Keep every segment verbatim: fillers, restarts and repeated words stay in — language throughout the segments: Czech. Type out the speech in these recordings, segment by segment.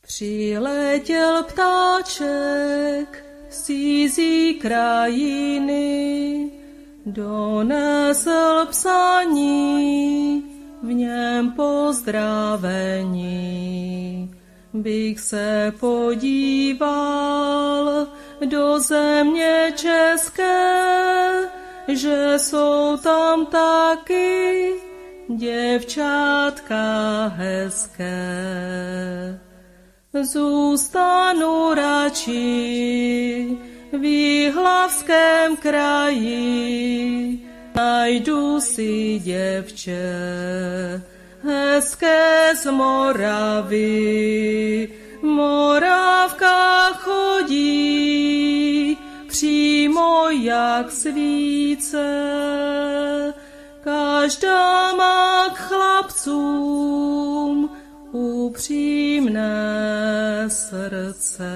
Přiletěl ptáček z cizí krajiny, donesl psaní, v něm pozdravení. Bych se podíval do země české, že jsou tam taky děvčátka hezké. Zůstanu radši v Jihlavském kraji, najdu si děvče hezké z Moravy. Moravka chodí přímo jak svíce, každá má k chlapcům upřímné srdce.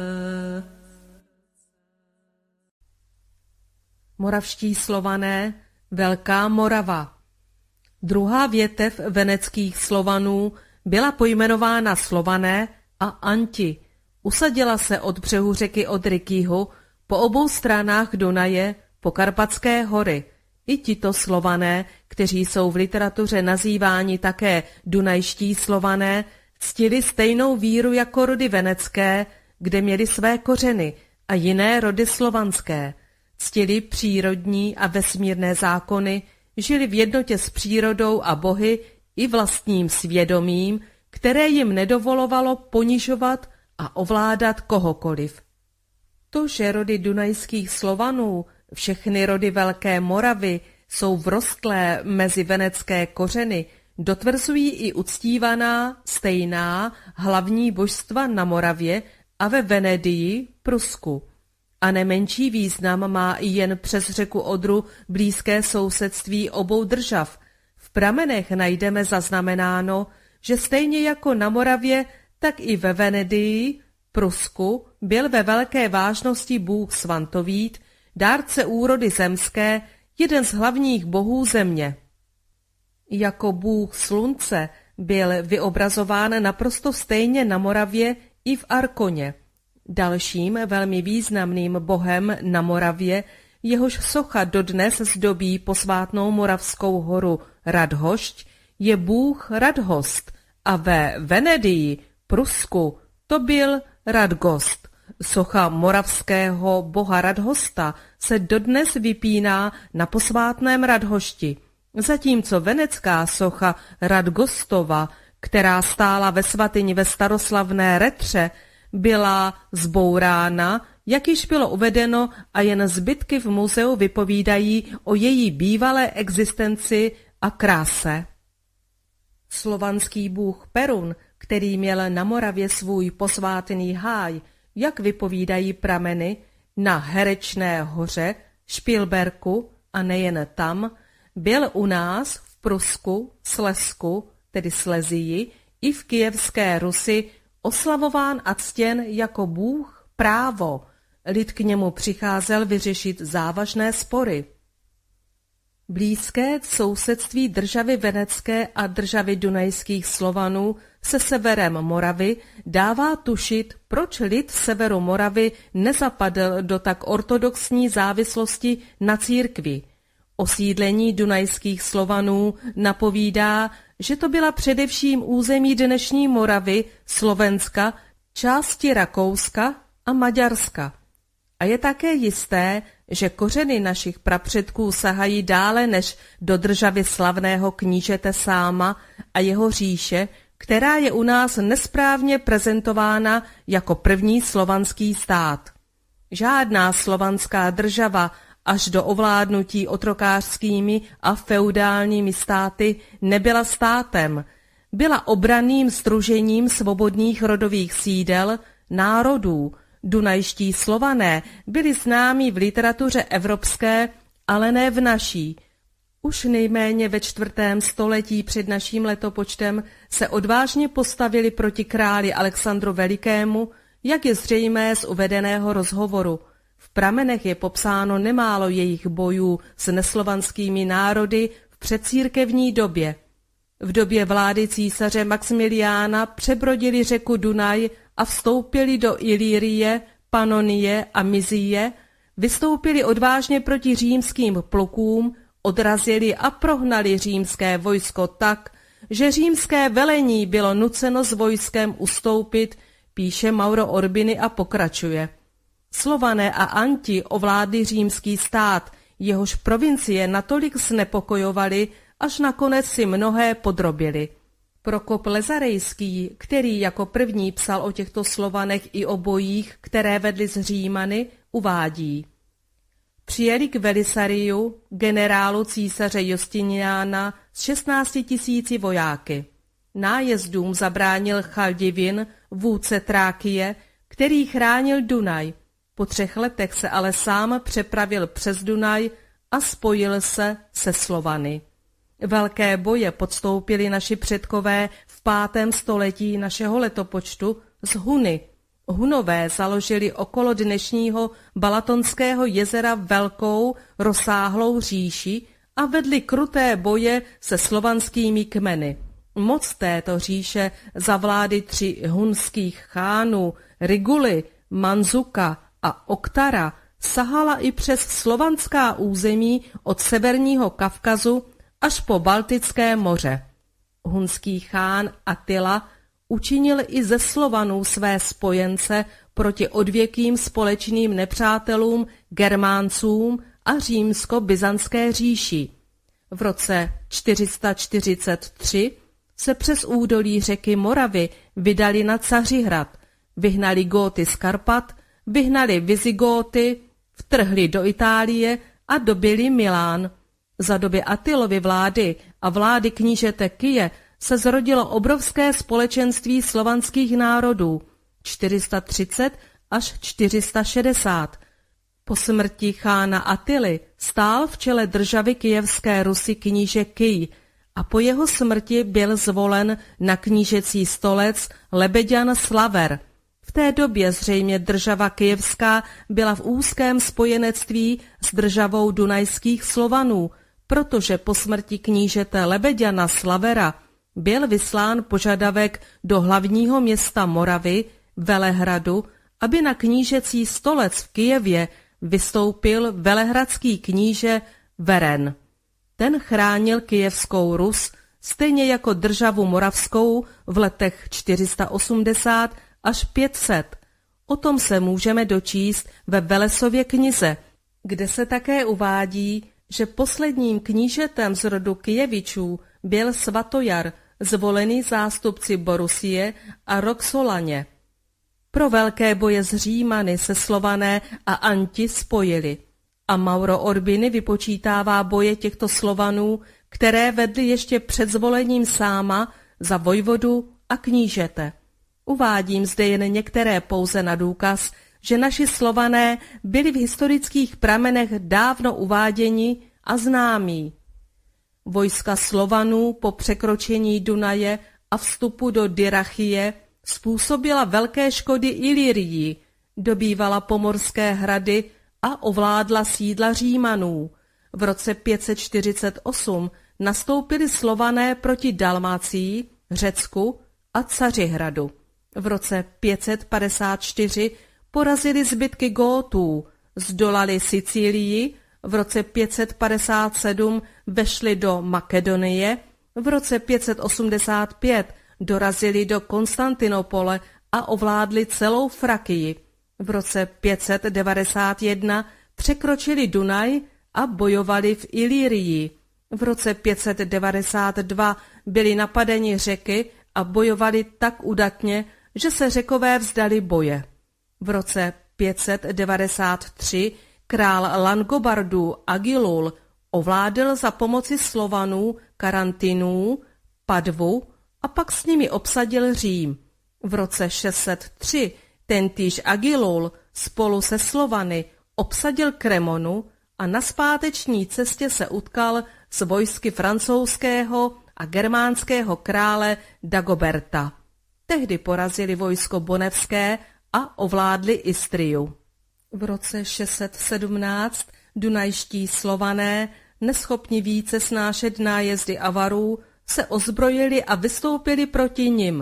Moravští Slované, Velká Morava. Druhá větev veneckých Slovanů byla pojmenována Slované a Anti. Usadila se od břehu řeky Odrykyho po obou stranách Dunaje po Karpatské hory. I tito Slované, kteří jsou v literatuře nazýváni také Dunajští Slované, ctili stejnou víru jako rody venecké, kde měli své kořeny, a jiné rody slovanské. Ctili přírodní a vesmírné zákony, žili v jednotě s přírodou a bohy i vlastním svědomím, které jim nedovolovalo ponižovat a ovládat kohokoliv. To, že rody dunajských Slovanů, všechny rody Velké Moravy, jsou vrostlé mezi venecké kořeny, dotvrzují i uctívaná, stejná hlavní božstva na Moravě a ve Venedii, Prusku. A nemenší význam má i jen přes řeku Odru blízké sousedství obou držav. V pramenech najdeme zaznamenáno, že stejně jako na Moravě, tak i ve Venedii, Prusku, byl ve velké vážnosti bůh Svantovít, dárce úrody zemské, jeden z hlavních bohů země. Jako bůh slunce byl vyobrazován naprosto stejně na Moravě i v Arkoně. Dalším velmi významným bohem na Moravě, jehož socha dodnes zdobí posvátnou Moravskou horu Radhošť, je bůh Radhost a ve Venedii, Prusku, to byl Radgost. Socha moravského boha Radhosta se dodnes vypíná na posvátném Radhošti, zatímco venecká socha Radgostova, která stála ve svatyni ve staroslavné Retře, byla zbourána, jak již bylo uvedeno, a jen zbytky v muzeu vypovídají o její bývalé existenci a kráse. Slovanský bůh Perun, který měl na Moravě svůj posvátný háj, jak vypovídají prameny, na Herečné hoře, Špilberku a nejen tam, byl u nás v Prusku, Slezsku, tedy Slezii, i v Kyjevské Rusi oslavován a ctěn jako bůh právo. Lid k němu přicházel vyřešit závažné spory. Blízké sousedství državy venecké a državy dunajských Slovanů se severem Moravy dává tušit, proč lid severu Moravy nezapadl do tak ortodoxní závislosti na církvi. Osídlení dunajských Slovanů napovídá, že to byla především území dnešní Moravy, Slovenska, části Rakouska a Maďarska. A je také jisté, že kořeny našich prapředků sahají dále než do državy slavného knížete Sáma a jeho říše, která je u nás nesprávně prezentována jako první slovanský stát. Žádná slovanská država až do ovládnutí otrokářskými a feudálními státy nebyla státem, byla obranným sdružením svobodných rodových sídel, národů. Dunajští Slované byli známí v literatuře evropské, ale ne v naší. Už nejméně ve čtvrtém století před naším letopočtem se odvážně postavili proti králi Alexandru Velikému, jak je zřejmé z uvedeného rozhovoru. V pramenech je popsáno nemálo jejich bojů s neslovanskými národy v předcírkevní době. V době vlády císaře Maxmiliána přebrodili řeku Dunaj a vstoupili do Ilýrie, Panonie a Mizie, vystoupili odvážně proti římským plukům, odrazili a prohnali římské vojsko tak, že římské velení bylo nuceno s vojskem ustoupit, píše Mauro Orbini a pokračuje. Slované a Anti ovládli římský stát, jehož provincie natolik znepokojovali, až nakonec si mnohé podrobili. Prokop Lezarejský, který jako první psal o těchto Slovanech i o bojích, které vedli s Římany, uvádí. Přijeli k Velisariu, generálu císaře Justiniána s šestnácti tisíci vojáky. Nájezdům zabránil Chaldivin, vůdce Trákie, který chránil Dunaj. Po třech letech se ale sám přepravil přes Dunaj a spojil se se Slovany. Velké boje podstoupili naši předkové v pátém století našeho letopočtu z Huny. Hunové založili okolo dnešního Balatonského jezera velkou, rozsáhlou říši a vedli kruté boje se slovanskými kmeny. Moc této říše za vlády tři hunských chánů, Riguly, Manzuka a Oktara, sahala i přes slovanská území od severního Kavkazu až po Baltické moře. Hunský chán Attila učinil i ze Slovanů své spojence proti odvěkým společným nepřátelům Germáncům a římsko-byzantské říši. V roce čtyři sta čtyřicet tři se přes údolí řeky Moravy vydali na Cařihrad, vyhnali Góty z Karpat, vyhnali Vizigóty, vtrhli do Itálie a dobyli Milán. Za doby Attilovy vlády a vlády knížete Kyje se zrodilo obrovské společenství slovanských národů čtyři sta třicet až čtyři sta šedesát. Po smrti chána Attily stál v čele državy Kyjevské Rusy kníže Kyj a po jeho smrti byl zvolen na knížecí stolec Lebeďan Slaver. V té době zřejmě država Kyjevská byla v úzkém spojenectví s državou dunajských Slovanů, protože po smrti knížete Lebeďana Slavera byl vyslán požadavek do hlavního města Moravy, Velehradu, aby na knížecí stolec v Kyjevě vystoupil velehradský kníže Veren. Ten chránil Kyjevskou Rus, stejně jako državu moravskou v letech čtyři sta osmdesát až pět set. O tom se můžeme dočíst ve Velesově knize, kde se také uvádí, že posledním knížetem z rodu Kyjevičů byl Svatojar, zvolený zástupci Borusie a Roxolaně. Pro velké boje s Římany se Slované a Anti spojili a Mauro Orbini vypočítává boje těchto Slovanů, které vedly ještě před zvolením Sáma za vojvodu a knížete. Uvádím zde jen některé pouze na důkaz, že naši Slované byli v historických pramenech dávno uváděni a známí. Vojska Slovanů po překročení Dunaje a vstupu do Dyrachie způsobila velké škody Ilýrii, dobývala pomorské hrady a ovládla sídla Římanů. V roce pět set čtyřicet osm nastoupili Slované proti Dalmácii, Řecku a Cařihradu. V roce pět set padesát čtyři porazili zbytky Gótů, zdolali Sicílii, v roce pět set padesát sedm vešli do Makedonie, v roce pět set osmdesát pět dorazili do Konstantinopole a ovládli celou Frakii. V roce pět set devadesát jedna překročili Dunaj a bojovali v Ilýrii. V roce pět set devadesát dva byli napadeni Řeky a bojovali tak udatně, že se Řekové vzdali boje. V roce pět set devadesát tři král Langobardů Agilul ovládl za pomoci Slovanů Karantinů, Padvu a pak s nimi obsadil Řím. V roce šest set tři tentýž Agilul spolu se Slovany obsadil Kremonu a na zpáteční cestě se utkal s vojsky francouzského a germánského krále Dagoberta. Tehdy porazili vojsko Bonevské a ovládli Istriu. V roce šest set sedmnáct dunajští Slované, neschopni více snášet nájezdy Avarů, se ozbrojili a vystoupili proti nim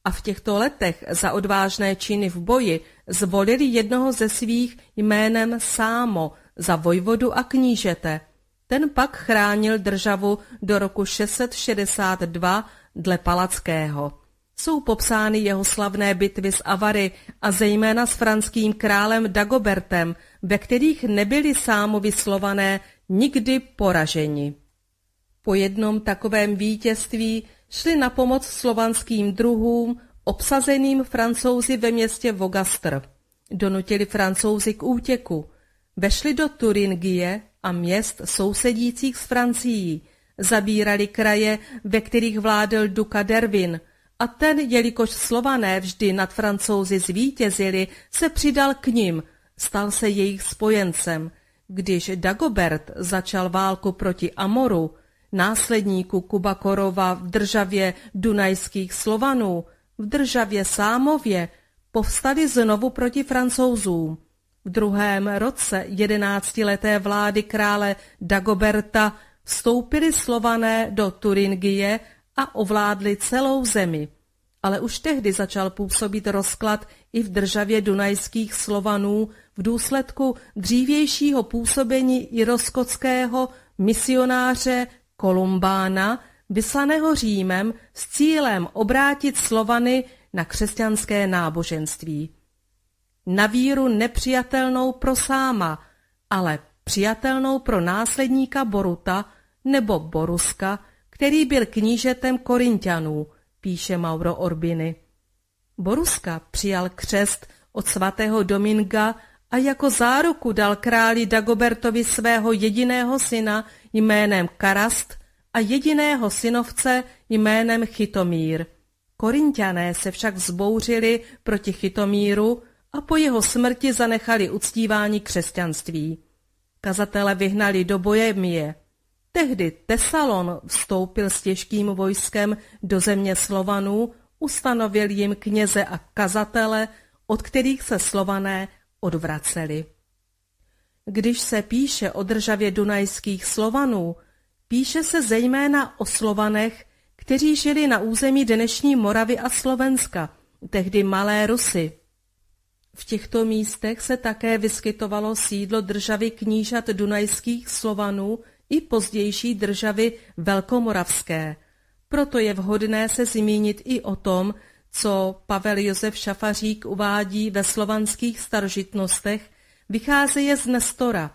a v těchto letech za odvážné činy v boji zvolili jednoho ze svých jménem Sámo za vojvodu a knížete. Ten pak chránil državu do roku šest set šedesát dva dle Palackého. Jsou popsány jeho slavné bitvy s Avary a zejména s franským králem Dagobertem, ve kterých nebyli Sámovi Slované nikdy poraženi. Po jednom takovém vítězství šli na pomoc slovanským druhům obsazeným Francouzi ve městě Vogastr. Donutili Francouzi k útěku. Vešli do Turingie a měst sousedících s Francií. Zabírali kraje, ve kterých vládl duka Dervin, a ten, jelikož Slované vždy nad Francouzi zvítězili, se přidal k nim, stal se jejich spojencem. Když Dagobert začal válku proti Amoru, následníku Kubakorova v državě dunajských Slovanů, v državě Sámově, povstali znovu proti Francouzům. V druhém roce jedenáctileté vlády krále Dagoberta vstoupili Slované do Turingie a ovládli celou zemi. Ale už tehdy začal působit rozklad i v državě dunajských Slovanů v důsledku dřívějšího působení iroskotského misionáře Kolumbána, vyslaného Římem s cílem obrátit Slovany na křesťanské náboženství. Na víru nepřijatelnou pro Sáma, ale přijatelnou pro následníka Boruta nebo Boruska, který byl knížetem Korinťanů, píše Mauro Orbini. Boruska přijal křest od svatého Dominga a jako záruku dal králi Dagobertovi svého jediného syna jménem Karast a jediného synovce jménem Chytomír. Korinťané se však vzbouřili proti Chytomíru a po jeho smrti zanechali uctívání křesťanství. Kazatele vyhnali do Bohemie. Tehdy Tesalon vstoupil s těžkým vojskem do země Slovanů, ustanovil jim kněze a kazatele, od kterých se Slované odvraceli. Když se píše o državě dunajských Slovanů, píše se zejména o Slovanech, kteří žili na území dnešní Moravy a Slovenska, tehdy Malé Rusy. V těchto místech se také vyskytovalo sídlo državy knížat dunajských Slovanů i pozdější državy velkomoravské. Proto je vhodné se zmínit i o tom, co Pavel Josef Šafařík uvádí ve slovanských starožitnostech, vycházeje z Nestora.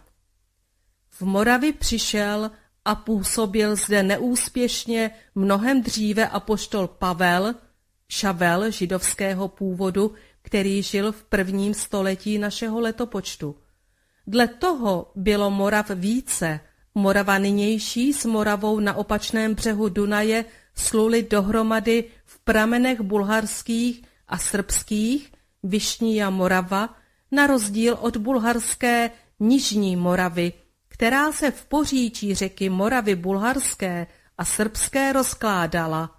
V Moravi přišel a působil zde neúspěšně mnohem dříve apoštol Pavel, Šavel židovského původu, který žil v prvním století našeho letopočtu. Dle toho bylo Morav více. Morava nynější s Moravou na opačném břehu Dunaje sluli dohromady v pramenech bulharských a srbských Vyšní Morava, na rozdíl od bulharské Nižní Moravy, která se v poříčí řeky Moravy bulharské a srbské rozkládala.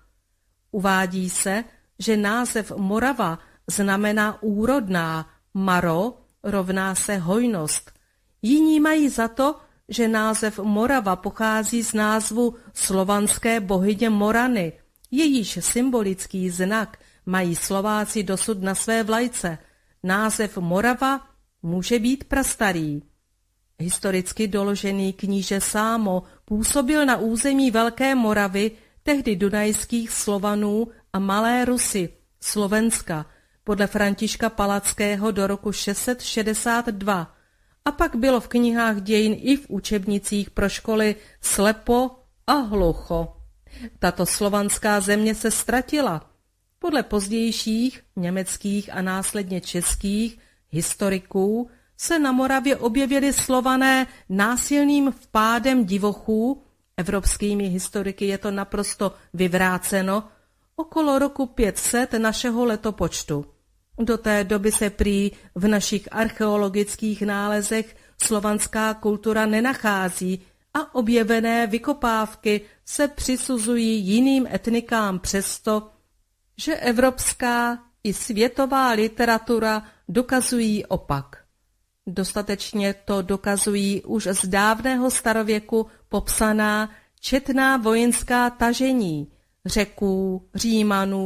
Uvádí se, že název Morava znamená úrodná, maro rovná se hojnost. Jiní mají za to, že název Morava pochází z názvu slovanské bohyně Morany, jejíž symbolický znak mají Slováci dosud na své vlajce. Název Morava může být prastarý. Historicky doložený kníže Sámo působil na území Velké Moravy, tehdy dunajských Slovanů a Malé Rusy, Slovenska, podle Františka Palackého do roku šest set šedesát dva. A pak bylo v knihách dějin i v učebnicích pro školy slepo a hlucho. Tato slovanská země se ztratila. Podle pozdějších německých a následně českých historiků se na Moravě objevili Slované násilným vpádem divochů, evropskými historiky je to naprosto vyvráceno, okolo roku pět set našeho letopočtu. Do té doby se prý v našich archeologických nálezech slovanská kultura nenachází a objevené vykopávky se přisuzují jiným etnikám přesto, že evropská i světová literatura dokazují opak. Dostatečně to dokazují už z dávného starověku popsaná četná vojenská tažení Řeků, Římanů,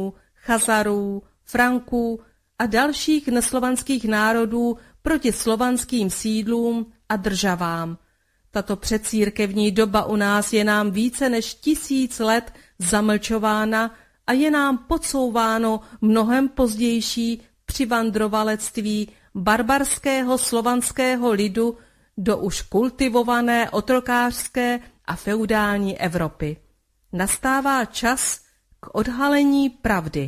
Chazarů, Franků a dalších neslovanských národů proti slovanským sídlům a državám. Tato předcírkevní doba u nás je nám více než tisíc let zamlčována a je nám podsouváno mnohem pozdější přivandrovalectví barbarského slovanského lidu do už kultivované otrokářské a feudální Evropy. Nastává čas k odhalení pravdy.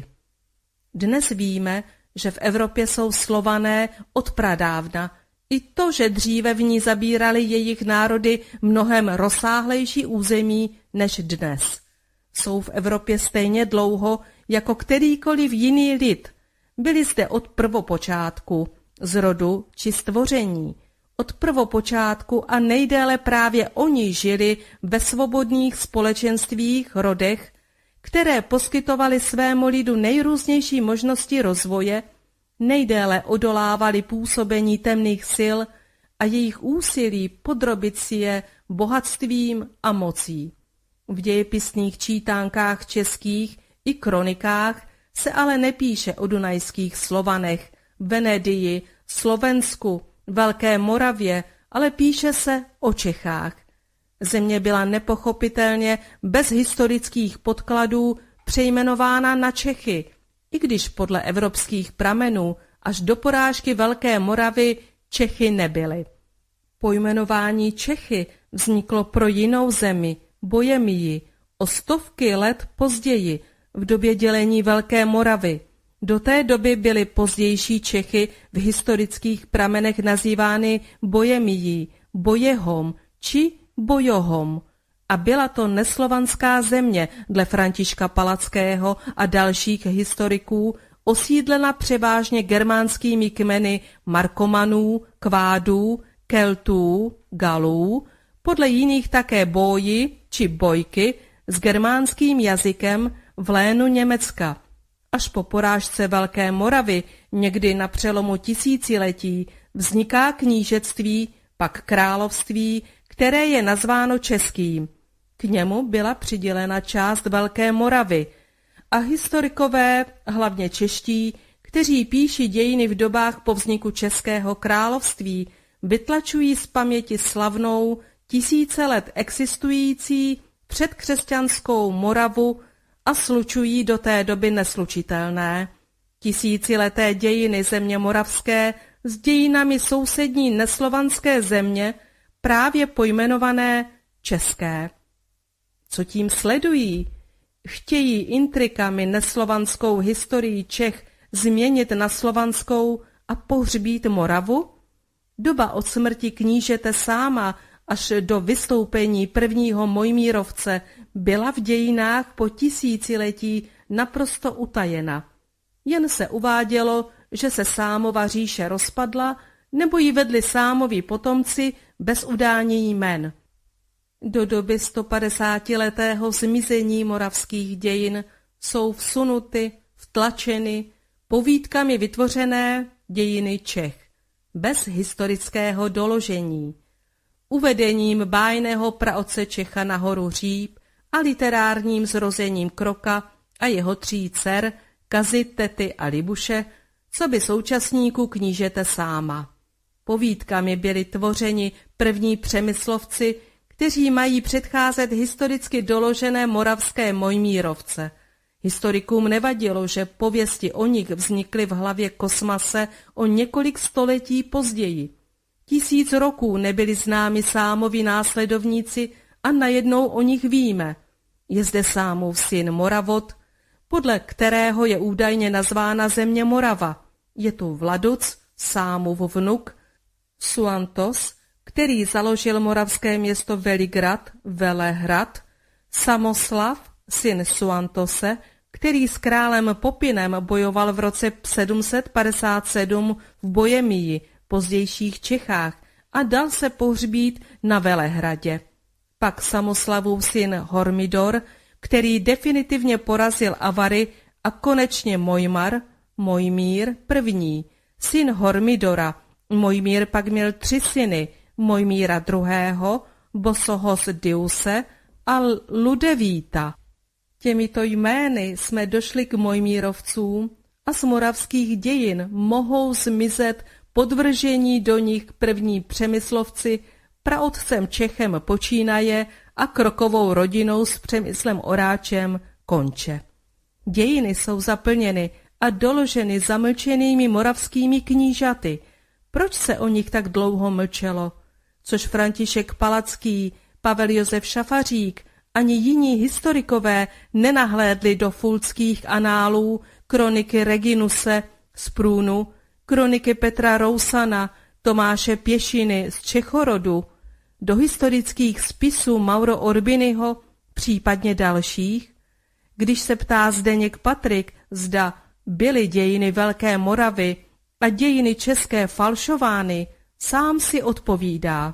Dnes víme, že v Evropě jsou Slované od pradávna. I to, že dříve v ní zabírali jejich národy mnohem rozsáhlejší území než dnes. Jsou v Evropě stejně dlouho jako kterýkoliv jiný lid. Byli zde od prvopočátku, z rodu či stvoření. Od prvopočátku a nejdéle právě oni žili ve svobodných společenstvích, rodech, které poskytovaly svému lidu nejrůznější možnosti rozvoje, nejdéle odolávali působení temných sil a jejich úsilí podrobit si je bohatstvím a mocí. V dějepisných čítánkách českých i kronikách se ale nepíše o dunajských Slovanech, Venedii, Slovensku, Velké Moravě, ale píše se o Čechách. Země byla nepochopitelně bez historických podkladů přejmenována na Čechy, i když podle evropských pramenů až do porážky Velké Moravy Čechy nebyly. Pojmenování Čechy vzniklo pro jinou zemi, Bohemii, o stovky let později, v době dělení Velké Moravy. Do té doby byly pozdější Čechy v historických pramenech nazývány Bohemií, Bojehom či Bojohom. A byla to neslovanská země, dle Františka Palackého a dalších historiků, osídlena převážně germánskými kmeny Markomanů, Kvádů, Keltů, Galů, podle jiných také Bóji či Bojky s germánským jazykem v lénu Německa. Až po porážce Velké Moravy někdy na přelomu tisíciletí vzniká knížectví, pak království, které je nazváno českým. K němu byla přidělena část Velké Moravy a historikové, hlavně čeští, kteří píší dějiny v dobách po vzniku Českého království, vytlačují z paměti slavnou, tisíce let existující předkřesťanskou Moravu a slučují do té doby neslučitelné. Tisícileté dějiny země moravské s dějinami sousední neslovanské země, právě pojmenované české. Co tím sledují? Chtějí intrikami neslovanskou historii Čech změnit na slovanskou a pohřbít Moravu? Doba od smrti knížete Sáma až do vystoupení prvního Mojmírovce byla v dějinách po tisíciletí naprosto utajena. Jen se uvádělo, že se Sámova říše rozpadla, nebo ji vedli Sámovi potomci bez udání jmen. Do doby stopadesátiletého zmizení moravských dějin jsou vsunuty, vtlačeny, povídkami vytvořené dějiny Čech, bez historického doložení. Uvedením bájného praotce Čecha na horu Říp a literárním zrozením Kroka a jeho tří dcer, Kazy, Tety a Libuše, coby současníků knížete Sáma. Povídkami byli tvořeni první přemyslovci, kteří mají předcházet historicky doložené moravské Mojmírovce. Historikům nevadilo, že pověsti o nich vznikly v hlavě Kosmase o několik století později. Tisíc roků nebyli známi Sámovi následovníci a najednou o nich víme. Je zde Sámův syn Moravot, podle kterého je údajně nazvána země Morava. Je tu Vladuc, Sámův vnuk, Suantos, který založil moravské město Veligrad, Velehrad, Samoslav, syn Suantose, který s králem Popinem bojoval v roce sedm set padesát sedm v Bohemii, pozdějších Čechách, a dal se pohřbít na Velehradě. Pak Samoslavův syn Hormidor, který definitivně porazil Avary, a konečně Mojmar, Mojmír první, syn Hormidora. Mojmír pak měl tři syny, Mojmíra druhého., Bosohos Diuse a Ludevíta. Těmito jmény jsme došli k Mojmírovcům a z moravských dějin mohou zmizet podvržení do nich první Přemyslovci, praotcem Čechem počínaje a Krokovou rodinou s Přemyslem Oráčem konče. Dějiny jsou zaplněny a doloženy zamlčenými moravskými knížaty. Proč se o nich tak dlouho mlčelo? Což František Palacký, Pavel Josef Šafařík ani jiní historikové nenahlédli do fulckých análů, kroniky Reginuse z Průnu, kroniky Petra Rousana, Tomáše Pěšiny z Čechorodu, do historických spisů Mauro Orbinyho, případně dalších? Když se ptá Zdeněk Patrik, zda byly dějiny Velké Moravy a dějiny české falšovány, sám si odpovídá.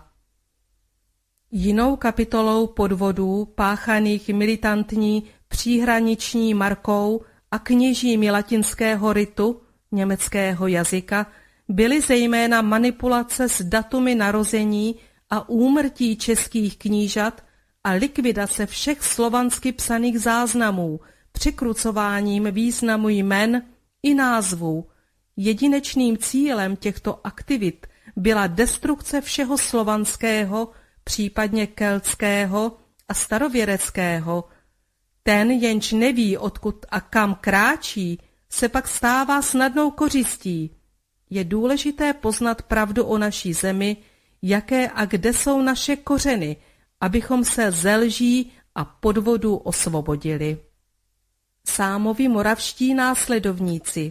Jinou kapitolou podvodů páchaných militantní příhraniční markou a kněžími latinského ritu, německého jazyka, byly zejména manipulace s datumy narození a úmrtí českých knížat a likvidace všech slovansky psaných záznamů, překrucováním významu jmen i názvů. Jedinečným cílem těchto aktivit byla destrukce všeho slovanského, případně keltského a starověreckého. Ten, jenž neví, odkud a kam kráčí, se pak stává snadnou kořistí. Je důležité poznat pravdu o naší zemi, jaké a kde jsou naše kořeny, abychom se ze lží a podvodů osvobodili. Sámovi moravští následovníci.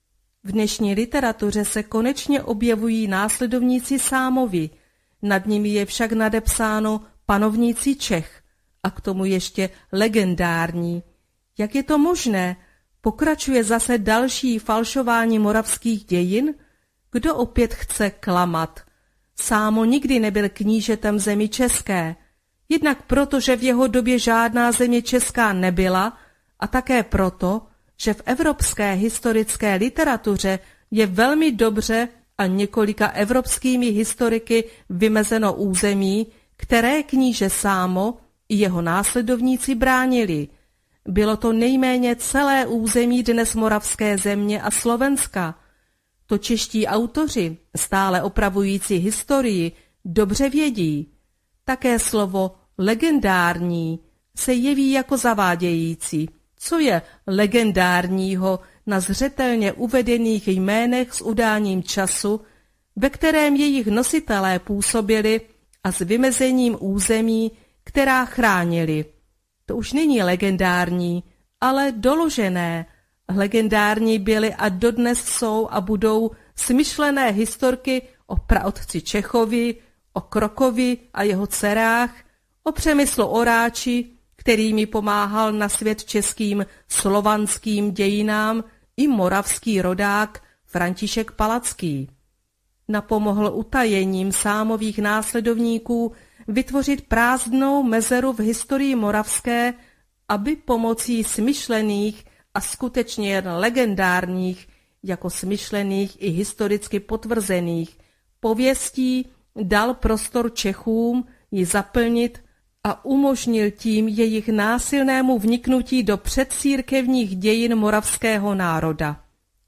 V dnešní literatuře se konečně objevují následovníci Sámovi, nad nimi je však nadepsáno panovníci Čech a k tomu ještě legendární. Jak je to možné? Pokračuje zase další falšování moravských dějin? Kdo opět chce klamat? Sámo nikdy nebyl knížetem zemi české, jednak proto, že v jeho době žádná země česká nebyla a také proto, že v evropské historické literatuře je velmi dobře a několika evropskými historiky vymezeno území, které kníže Sámo i jeho následovníci bránili. Bylo to nejméně celé území dnes moravské země a Slovenska. To čeští autoři, stále opravující historii, dobře vědí. Také slovo legendární se jeví jako zavádějící. Co je legendárního na zřetelně uvedených jménech s udáním času, ve kterém jejich nositelé působili a s vymezením území, která chránili? To už není legendární, ale doložené. Legendární byly a dodnes jsou a budou smyšlené historky o praotci Čechovi, o Krokovi a jeho dcerách, o Přemyslu Oráči, který mi pomáhal na svět českým slovanským dějinám, i moravský rodák František Palacký. Napomohl utajením Sámových následovníků vytvořit prázdnou mezeru v historii moravské, aby pomocí smyšlených a skutečně jen legendárních, jako smyšlených i historicky potvrzených pověstí dal prostor Čechům ji zaplnit a umožnil tím jejich násilnému vniknutí do předcírkevních dějin moravského národa.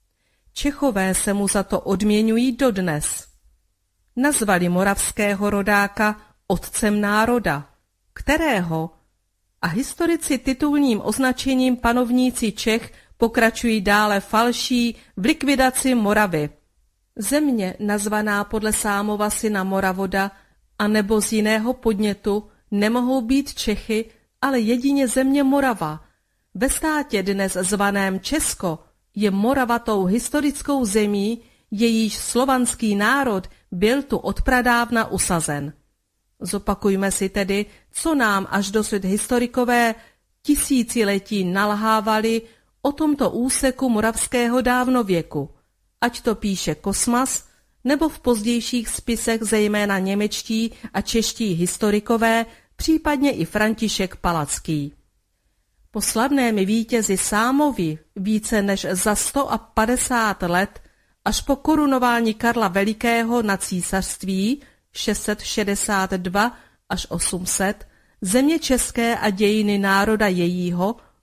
Čechové se mu za to odměňují dodnes. Nazvali moravského rodáka otcem národa. Kterého? A historici titulním označením panovníci Čech pokračují dále falší v likvidaci Moravy. Země nazvaná podle Sámova syna Moravoda a nebo z jiného podnětu nemohou být Čechy, ale jedině země Morava. Ve státě dnes zvaném Česko je Morava tou historickou zemí, jejíž slovanský národ byl tu odpradávna usazen. Zopakujme si tedy, co nám až dosud historikové tisíciletí nalhávali o tomto úseku moravského dávnověku, ať to píše Kosmas, nebo v pozdějších spisech zejména němečtí a čeští historikové, případně i František Palacký. Po slavném vítězi Sámovi více než za sto padesát let, až po korunování Karla Velikého na císařství šest set šedesát dva až osm set, země české a dějiny národa jejího, v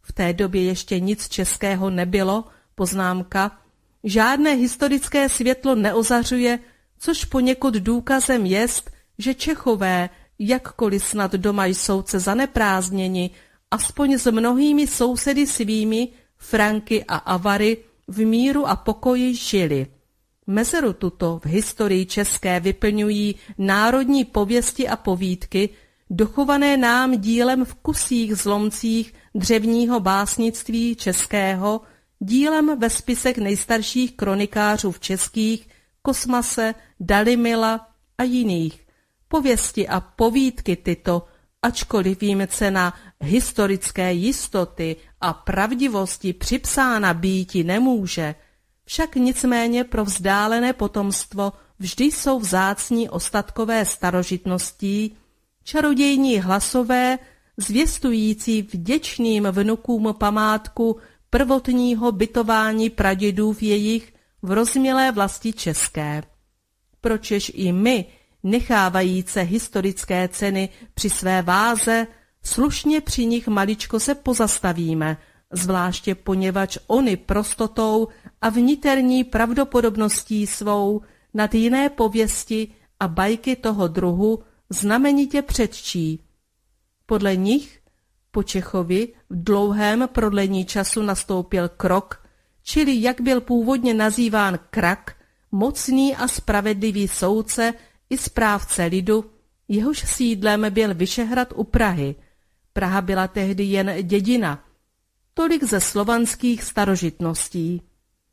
v té době ještě nic českého nebylo, poznámka, žádné historické světlo neozařuje, což poněkud důkazem jest, že Čechové, jakkoliv snad doma jsou se zaneprázdněni, aspoň s mnohými sousedy svými, Franky a Avary, v míru a pokoji žili. Mezeru tuto v historii české vyplňují národní pověsti a povídky, dochované nám dílem v kusích zlomcích dřevního básnictví českého, dílem ve spisech nejstarších kronikářů v českých, Kosmase, Dalymila a jiných. Pověsti a povídky tyto, ačkoliv jim cena historické jistoty a pravdivosti připsána býti nemůže, však nicméně pro vzdálené potomstvo vždy jsou vzácní ostatkové starožitností, čarodějní hlasové, zvěstující vděčným vnukům památku prvotního bytování pradědů v jejich v rozmělé vlasti české. Pročež i my, nechávajíce historické ceny při své váze, slušně při nich maličko se pozastavíme, zvláště poněvadž oni prostotou a vniterní pravdopodobností svou nad jiné pověsti a bajky toho druhu znamenitě předčí. Podle nich po Čechovi v dlouhém prodlení času nastoupil krok, čili jak byl původně nazýván krak, mocný a spravedlivý soudce i správce lidu, jehož sídlem byl Vyšehrad u Prahy. Praha byla tehdy jen dědina. Tolik ze slovanských starožitností.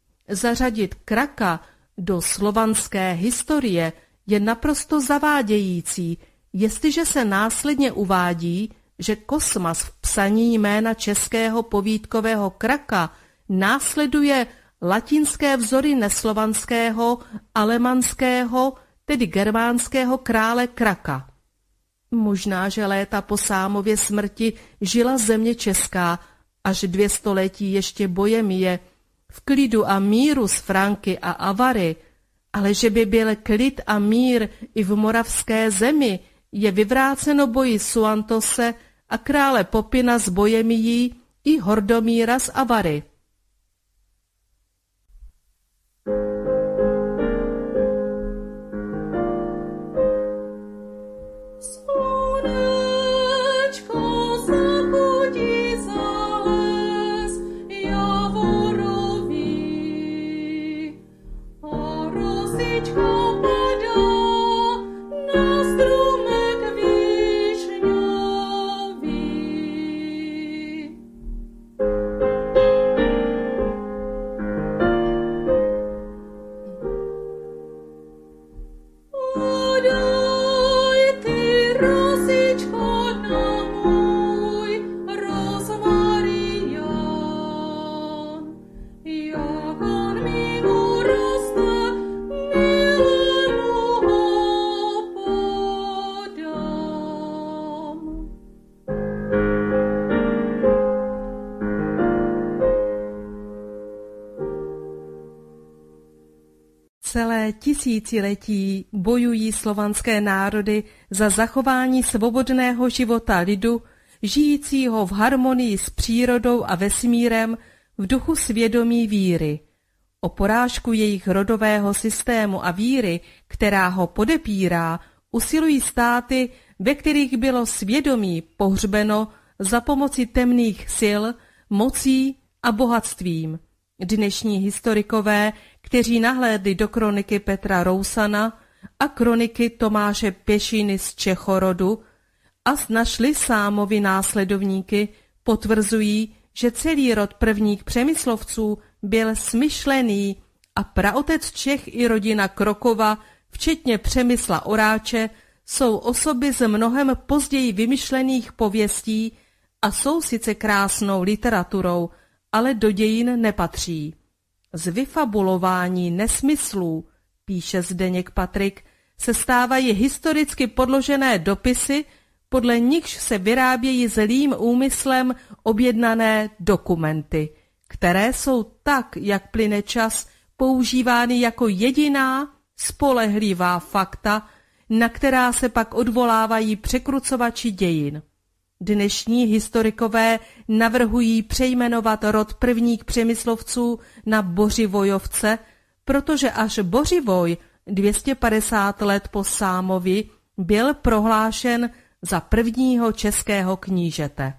Zařadit kraka do slovanské historie je naprosto zavádějící, jestliže se následně uvádí, že Kosmas v psaní jména českého povídkového kraka následuje latinské vzory neslovanského, alemanského, tedy germánského krále Kraka. Možná, že léta po Sámově smrti žila země česká, až dvě století ještě Bohemie, v klidu a míru s Franky a Avary, ale že by byl klid a mír i v moravské zemi, je vyvráceno boji Suantose a krále Popina z Bohemií i Hordomíra z Avary. Celé tisíciletí bojují slovanské národy za zachování svobodného života lidu, žijícího v harmonii s přírodou a vesmírem v duchu svědomí víry. O porážku jejich rodového systému a víry, která ho podepírá, usilují státy, ve kterých bylo svědomí pohřbeno za pomoci temných sil, mocí a bohatstvím. Dnešní historikové, kteří nahlédli do kroniky Petra Rousana a kroniky Tomáše Pěšiny z Čechorodu a našli Sámovi následovníky, potvrzují, že celý rod prvních Přemyslovců byl smyšlený a praotec Čech i rodina Krokova, včetně Přemysla Oráče, jsou osoby z mnohem později vymyšlených pověstí a jsou sice krásnou literaturou, ale do dějin nepatří. Z vyfabulování nesmyslů, píše Zdeněk Patrik, se stávají historicky podložené dopisy, podle nichž se vyrábějí zlým úmyslem objednané dokumenty, které jsou tak, jak plyne čas, používány jako jediná spolehlivá fakta, na která se pak odvolávají překrucovači dějin. Dnešní historikové navrhují přejmenovat rod prvních Přemyslovců na Bořivojovce, protože až Bořivoj dvě stě padesát let po Sámovi byl prohlášen za prvního českého knížete.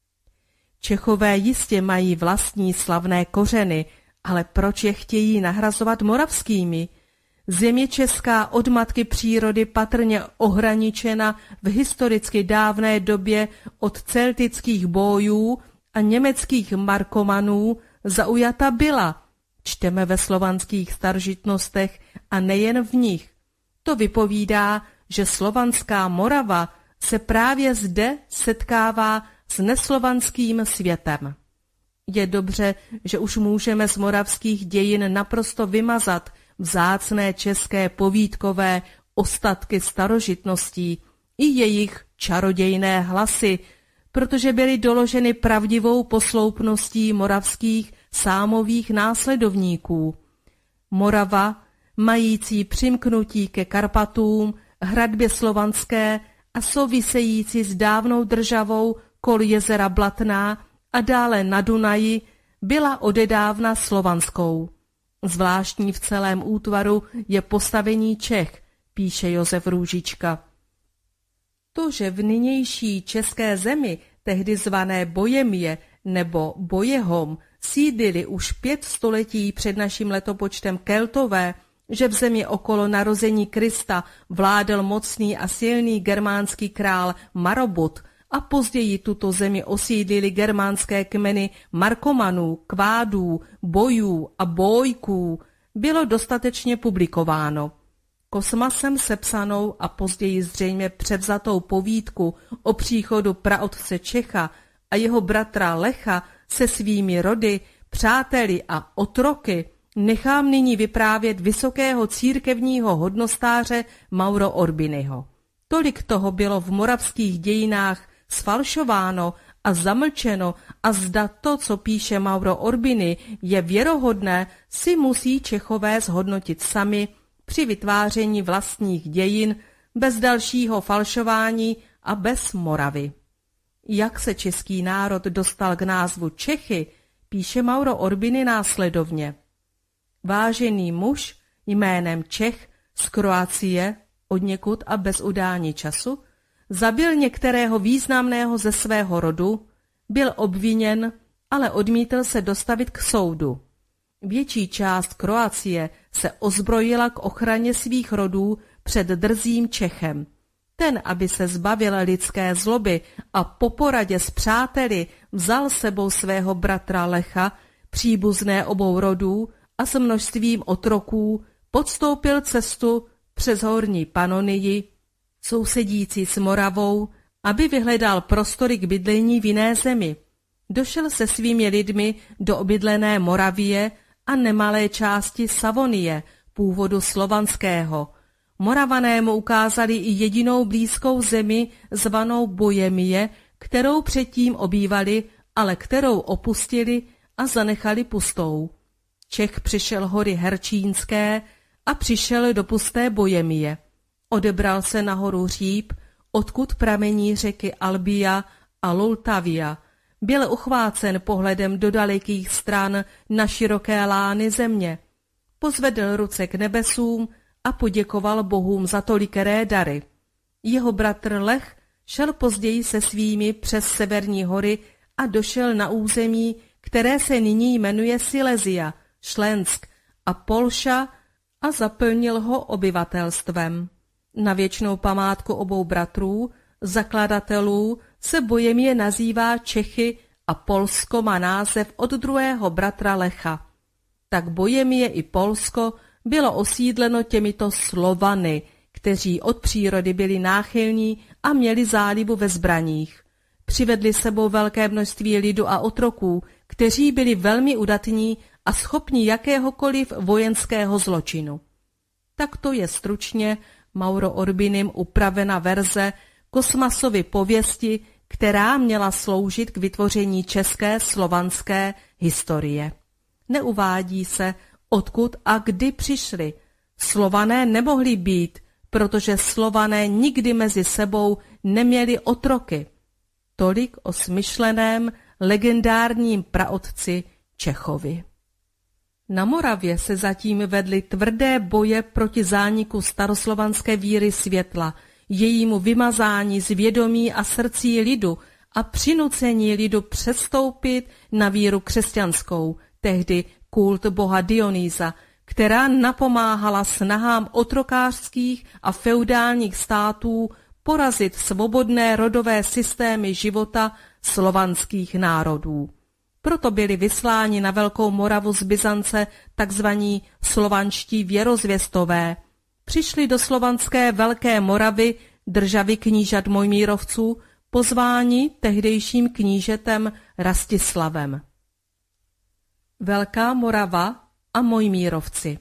Čechové jistě mají vlastní slavné kořeny, ale proč je chtějí nahrazovat moravskými? Země česká od matky přírody patrně ohraničena v historicky dávné době od celtických bojů a německých markomanů zaujata byla, čteme ve slovanských starožitnostech a nejen v nich. To vypovídá, že slovanská Morava se právě zde setkává s neslovanským světem. Je dobře, že už můžeme z moravských dějin naprosto vymazat vzácné české povídkové ostatky starožitností i jejich čarodějné hlasy, protože byly doloženy pravdivou posloupností moravských sámových následovníků. Morava, mající přimknutí ke Karpatům, hradbě slovanské a související s dávnou državou kol jezera Blatná a dále na Dunaji, byla odedávna slovanskou. Zvláštní v celém útvaru je postavení Čech, píše Josef Růžička. To, že v nynější české zemi, tehdy zvané Bojemie nebo Bojehom, sídlili už pět století před naším letopočtem Keltové, že v zemi okolo narození Krista vládl mocný a silný germánský král Marobut a později tuto zemi osídlili germánské kmeny Markomanů, Kvádů, Bojů a Bojků, bylo dostatečně publikováno. Kosmasem sepsanou a později zřejmě převzatou povídku o příchodu praotce Čecha a jeho bratra Lecha se svými rody, přáteli a otroky nechám nyní vyprávět vysokého církevního hodnostáře Mauro Orbinyho. Tolik toho bylo v moravských dějinách sfalšováno a zamlčeno a zda to, co píše Mauro Orbiny, je věrohodné, si musí Čechové zhodnotit sami při vytváření vlastních dějin bez dalšího falšování a bez Moravy. Jak se český národ dostal k názvu Čechy, píše Mauro Orbiny následovně. Vážený muž jménem Čech z Kroacie, odněkud a bez udání času, zabil některého významného ze svého rodu, byl obviněn, ale odmítl se dostavit k soudu. Větší část Kroacie se ozbrojila k ochraně svých rodů před drzým Čechem. Ten, aby se zbavil lidské zloby a po poradě s přáteli vzal sebou svého bratra Lecha, příbuzné obou rodů, a s množstvím otroků podstoupil cestu přes horní Panonii, sousedící s Moravou, aby vyhledal prostory k bydlení v jiné zemi. Došel se svými lidmi do obydlené Moravie a nemalé části Savonie, původu slovanského. Moravané mu ukázali i jedinou blízkou zemi zvanou Bojemie, kterou předtím obývali, ale kterou opustili a zanechali pustou. Čech přišel hory Herčínské a přišel do pusté Bojemie. Odebral se na horu Říp, odkud pramení řeky Albia a Lultavia. Byl uchvácen pohledem do dalekých stran na široké lány země. Pozvedl ruce k nebesům a poděkoval bohům za tolikeré dary. Jeho bratr Lech šel později se svými přes severní hory a došel na území, které se nyní jmenuje Silesia, Šlensk a Polša a zaplnil ho obyvatelstvem. Na věčnou památku obou bratrů, zakladatelů, se Bojemie nazývá Čechy a Polsko má název od druhého bratra Lecha. Tak Bojemie i Polsko bylo osídleno těmito Slovany, kteří od přírody byli náchylní a měli zálibu ve zbraních. Přivedli sebou velké množství lidu a otroků, kteří byli velmi udatní a schopni jakéhokoliv vojenského zločinu. Takto je stručně Mauro Orbinym upravena verze Kosmasovy pověsti, která měla sloužit k vytvoření české slovanské historie. Neuvádí se, odkud a kdy přišli. Slované nemohli být, protože Slované nikdy mezi sebou neměli otroky. Tolik o smyšleném legendárním praotci Čechovi. Na Moravě se zatím vedly tvrdé boje proti zániku staroslovanské víry světla, jejímu vymazání z vědomí a srdcí lidu a přinucení lidu přestoupit na víru křesťanskou, tehdy kult boha Dionýsa, která napomáhala snahám otrokářských a feudálních států porazit svobodné rodové systémy života slovanských národů. Proto byli vysláni na Velkou Moravu z Byzance takzvaní slovanští věrozvěstové. Přišli do slovanské Velké Moravy državy knížat Mojmírovců, pozváni tehdejším knížetem Rastislavem. Velká Morava a Mojmírovci.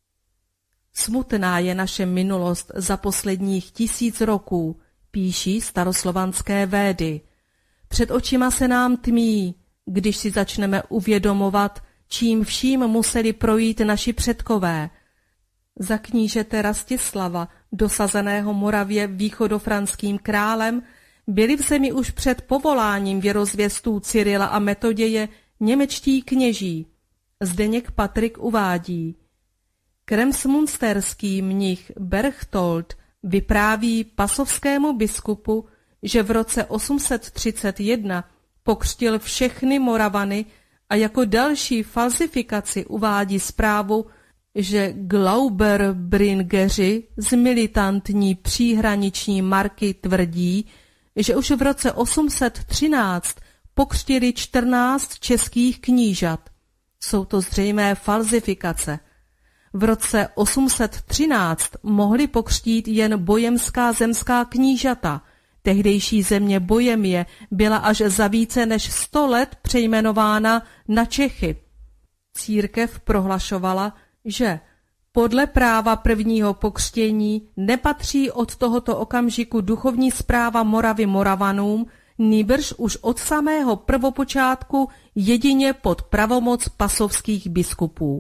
Smutná je naše minulost za posledních tisíc roků, píší staroslovanské védy. Před očima se nám tmí, když si začneme uvědomovat, čím vším museli projít naši předkové. Za knížete Rastislava, dosazeného Moravě východofranským králem, byli v zemi už před povoláním věrozvěstů Cyrila a Metoděje němečtí kněží. Zdeněk Patrik uvádí: kremsmunsterský mnich Berchtold vypráví pasovskému biskupu, že v roce osm set třicet jedna pokřtil všechny Moravany a jako další falzifikaci uvádí zprávu, že Glauberbringeři z militantní příhraniční marky tvrdí, že už v roce osm set třináct pokřtili čtrnáct českých knížat. Jsou to zřejmé falzifikace. V roce osm set třináct mohli pokřtít jen bojemská zemská knížata. Tehdejší země Bojemie byla až za více než sto let přejmenována na Čechy. Církev prohlašovala, že podle práva prvního pokřtění nepatří od tohoto okamžiku duchovní správa Moravy Moravanům, nýbrž už od samého prvopočátku jedině pod pravomoc pasovských biskupů.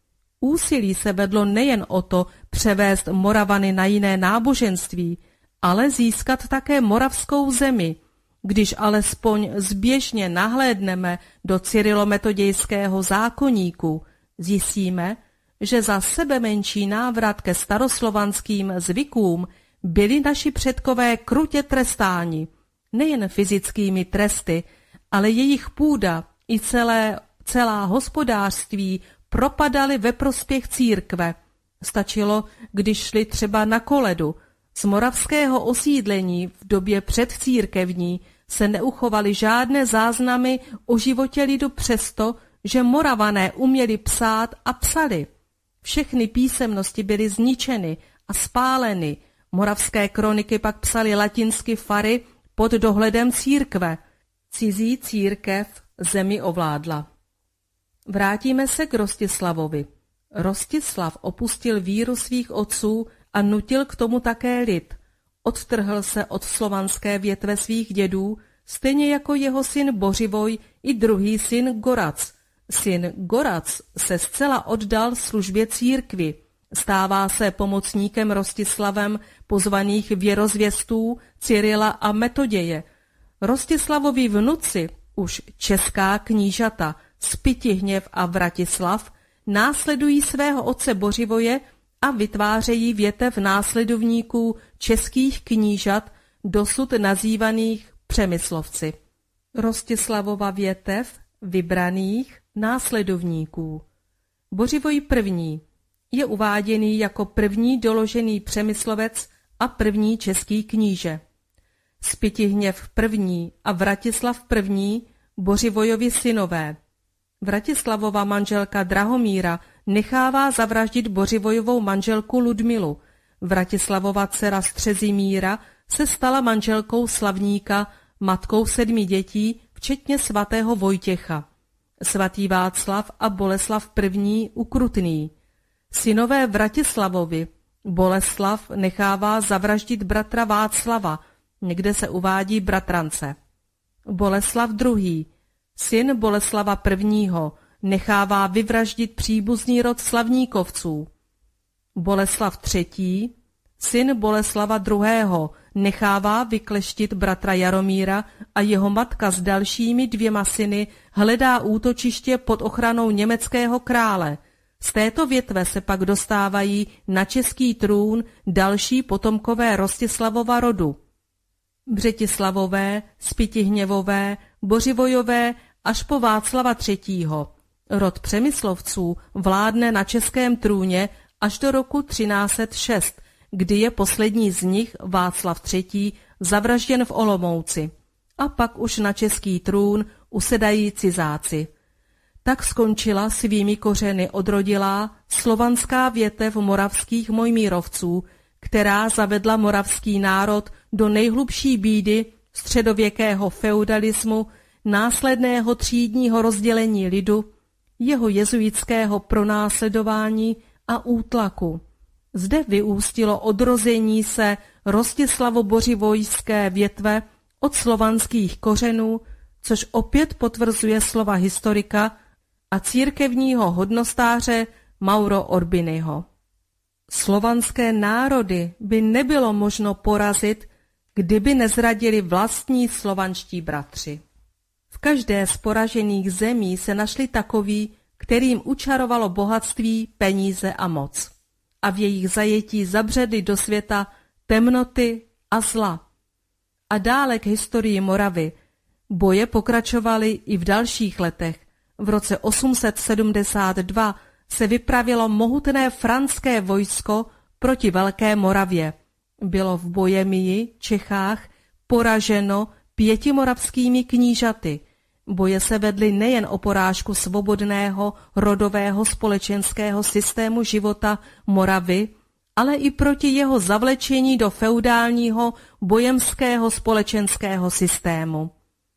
Úsilí se vedlo nejen o to převést Moravany na jiné náboženství, ale získat také moravskou zemi. Když alespoň zběžně nahlédneme do cyrilometodějského zákoníku, zjistíme, že za sebemenší návrat ke staroslovanským zvykům byli naši předkové krutě trestáni, nejen fyzickými tresty, ale jejich půda i celé, celá hospodářství propadaly ve prospěch církve. Stačilo, když šli třeba na koledu. Z moravského osídlení v době předcírkevní se neuchovaly žádné záznamy o životě lidu přesto, že Moravané uměli psát a psali. Všechny písemnosti byly zničeny a spáleny. Moravské kroniky pak psaly latinsky fary pod dohledem církve. Cizí církev zemi ovládla. Vrátíme se k Rostislavovi. Rostislav opustil víru svých otců a nutil k tomu také lid. Odtrhl se od slovanské větve svých dědů, stejně jako jeho syn Bořivoj i druhý syn Gorac. Syn Gorac se zcela oddal službě církvi. Stává se pomocníkem Rostislavem pozvaných věrozvěstů Cyrila a Metoděje. Rostislavovi vnuci, už česká knížata, Spytihněv a Vratislav, následují svého otce Bořivoje a vytvářejí větev následovníků českých knížat, dosud nazývaných Přemyslovci. Rostislavova větev vybraných následovníků. Bořivoj první je uváděný jako první doložený Přemyslovec a první český kníže. Spytihněv první a Vratislav první Bořivojovi synové. Vratislavova manželka Drahomíra nechává zavraždit Bořivojovou manželku Ludmilu. Vratislavova dcera Střezimíra se stala manželkou slavníka, matkou sedmi dětí, včetně svatého Vojtěcha. Svatý Václav a Boleslav první Ukrutný. Synové Vratislavovi Boleslav nechává zavraždit bratra Václava, někde se uvádí bratrance. Boleslav druhý, syn Boleslava prvního, nechává vyvraždit příbuzný rod Slavníkovců. Boleslav třetí, syn Boleslava druhého, nechává vykleštit bratra Jaromíra a jeho matka s dalšími dvěma syny hledá útočiště pod ochranou německého krále. Z této větve se pak dostávají na český trůn další potomkové Rostislavova rodu. Břetislavové, Spytihněvové, Bořivojové až po Václava třetího. Rod Přemyslovců vládne na českém trůně až do roku třináct set šest, kdy je poslední z nich, Václav třetí, zavražděn v Olomouci. A pak už na český trůn usedají cizáci. Tak skončila svými kořeny odrodilá slovanská větev moravských Mojmírovců, která zavedla moravský národ do nejhlubší bídy středověkého feudalismu, následného třídního rozdělení lidu, jeho jezuitského pronásledování a útlaku. Zde vyústilo odrození se Rostislavobořivojské větve od slovanských kořenů, což opět potvrzuje slova historika a církevního hodnostáře Mauro Orbinyho. Slovanské národy by nebylo možno porazit, kdyby nezradili vlastní slovanští bratři. V každé z poražených zemí se našli takoví, kterým učarovalo bohatství, peníze a moc. A v jejich zajetí zabředli do světa temnoty a zla. A dále k historii Moravy. Boje pokračovaly i v dalších letech. V roce osm set sedmdesát dva se vypravilo mohutné franské vojsko proti Velké Moravě. Bylo v Bohemii, Čechách, poraženo pěti moravskými knížaty. Boje se vedly nejen o porážku svobodného rodového společenského systému života Moravy, ale i proti jeho zavlečení do feudálního bohemského společenského systému.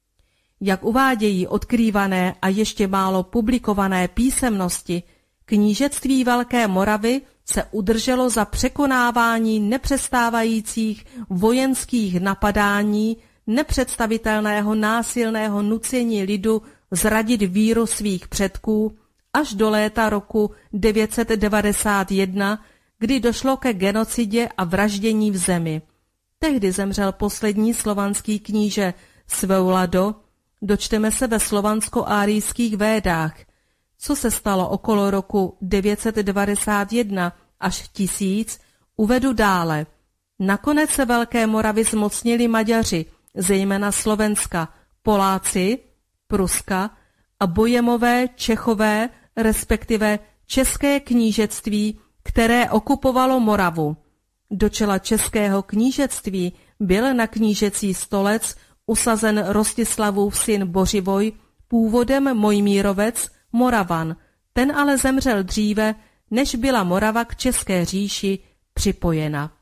Jak uvádějí odkrývané a ještě málo publikované písemnosti, knížectví Velké Moravy se udrželo za překonávání nepřestávajících vojenských napadání, nepředstavitelného násilného nucení lidu zradit víru svých předků až do léta roku devět set devadesát jedna, kdy došlo ke genocidě a vraždění v zemi. Tehdy zemřel poslední slovanský kníže Sveulado, dočteme se ve slovansko-árijských védách. Co se stalo okolo roku devět set devadesát jedna až tisíc, uvedu dále. Nakonec se Velké Moravy zmocnili Maďaři, zejména Slovenska, Poláci, Pruska a Bojemové, Čechové, respektive České knížectví, které okupovalo Moravu. Do čela Českého knížectví byl na knížecí stolec usazen Rostislavův syn Bořivoj, původem Mojmírovec, Moravan. Ten ale zemřel dříve, než byla Morava k České říši připojena.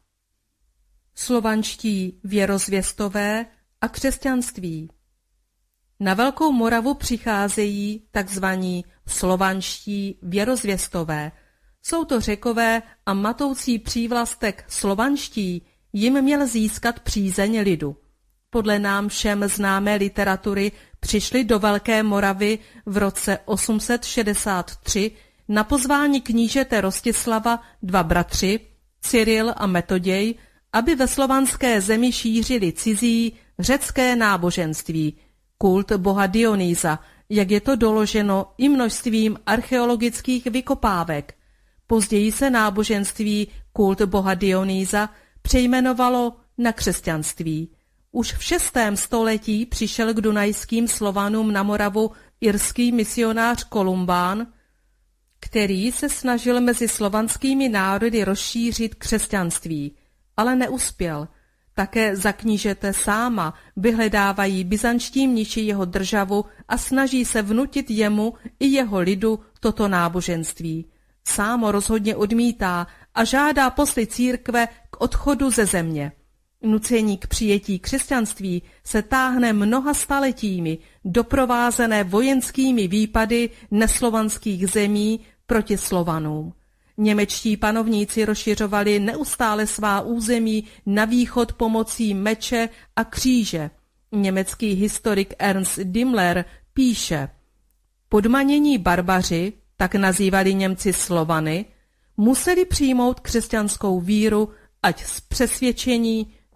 Slovanští věrozvěstové a křesťanství. Na Velkou Moravu přicházejí takzvaní slovanští věrozvěstové. Jsou to Řekové a matoucí přívlastek slovanští jim měl získat přízeň lidu. Podle nám všem známé literatury přišli do Velké Moravy v roce osm set šedesát tři na pozvání knížete Rostislava dva bratři, Cyril a Metoděj, aby ve slovanské zemi šířili cizí řecké náboženství, kult boha Dionýsa, jak je to doloženo i množstvím archeologických vykopávek. Později se náboženství kult boha Dionýsa přejmenovalo na křesťanství. Už v šestém století přišel k dunajským Slovanům na Moravu irský misionář Kolumbán, který se snažil mezi slovanskými národy rozšířit křesťanství, ale neuspěl. Také za knížete Sáma vyhledávají byzantští mniši jeho državu a snaží se vnutit jemu i jeho lidu toto náboženství. Sámo rozhodně odmítá a žádá posly církve k odchodu ze země. Nucení k přijetí křesťanství se táhne mnoha staletími, doprovázené vojenskými výpady neslovanských zemí proti Slovanům. Němečtí panovníci rozšiřovali neustále svá území na východ pomocí meče a kříže. Německý historik Ernst Dimmler píše: podmanění barbaři, tak nazývali Němci Slovany, museli přijmout křesťanskou víru, ať z přesvědčení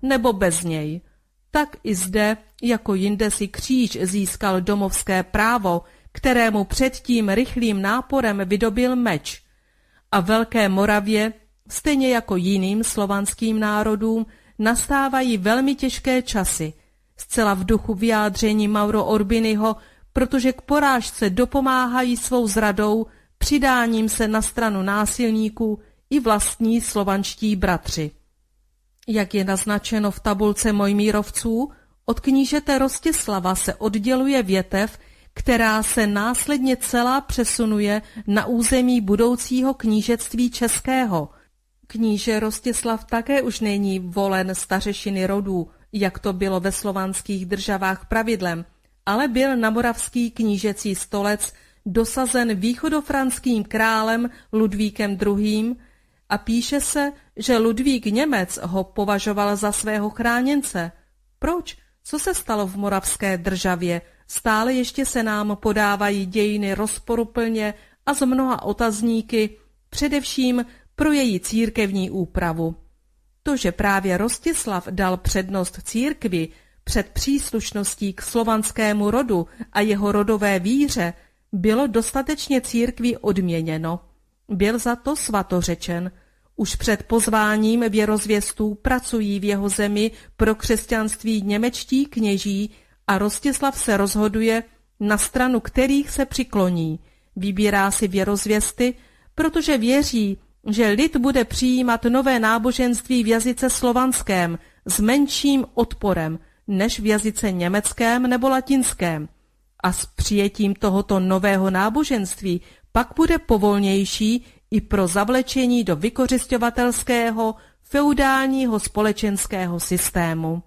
nebo bez něj. Tak i zde, jako jinde si kříž získal domovské právo, kterému předtím rychlým náporem vydobil meč. A Velké Moravě, stejně jako jiným slovanským národům, nastávají velmi těžké časy, zcela v duchu vyjádření Mauro Orbinyho, protože k porážce dopomáhají svou zradou, přidáním se na stranu násilníků i vlastní slovanští bratři. Jak je naznačeno v tabulce Mojmírovců, od knížete Rostislava se odděluje větev, která se následně celá přesunuje na území budoucího knížectví českého. Kníže Rostislav také už není volen stařešiny rodů, jak to bylo ve slovanských državách pravidlem, ale byl na moravský knížecí stolec dosazen východofranským králem Ludvíkem druhým. a píše se, že Ludvík Němec ho považoval za svého chráněnce. Proč? Co se stalo v moravské državě? Stále ještě se nám podávají dějiny rozporuplně a z mnoha otazníky, především pro její církevní úpravu. To, že právě Rostislav dal přednost církvi před příslušností k slovanskému rodu a jeho rodové víře, bylo dostatečně církvi odměněno. Byl za to svatořečen. Už před pozváním věrozvěstů pracují v jeho zemi pro křesťanství němečtí kněží a Rostislav se rozhoduje, na stranu kterých se přikloní. Vybírá si věrozvěsty, protože věří, že lid bude přijímat nové náboženství v jazyce slovanském s menším odporem než v jazyce německém nebo latinském. A s přijetím tohoto nového náboženství pak bude povolnější i pro zavlečení do vykořisťovatelského feudálního společenského systému.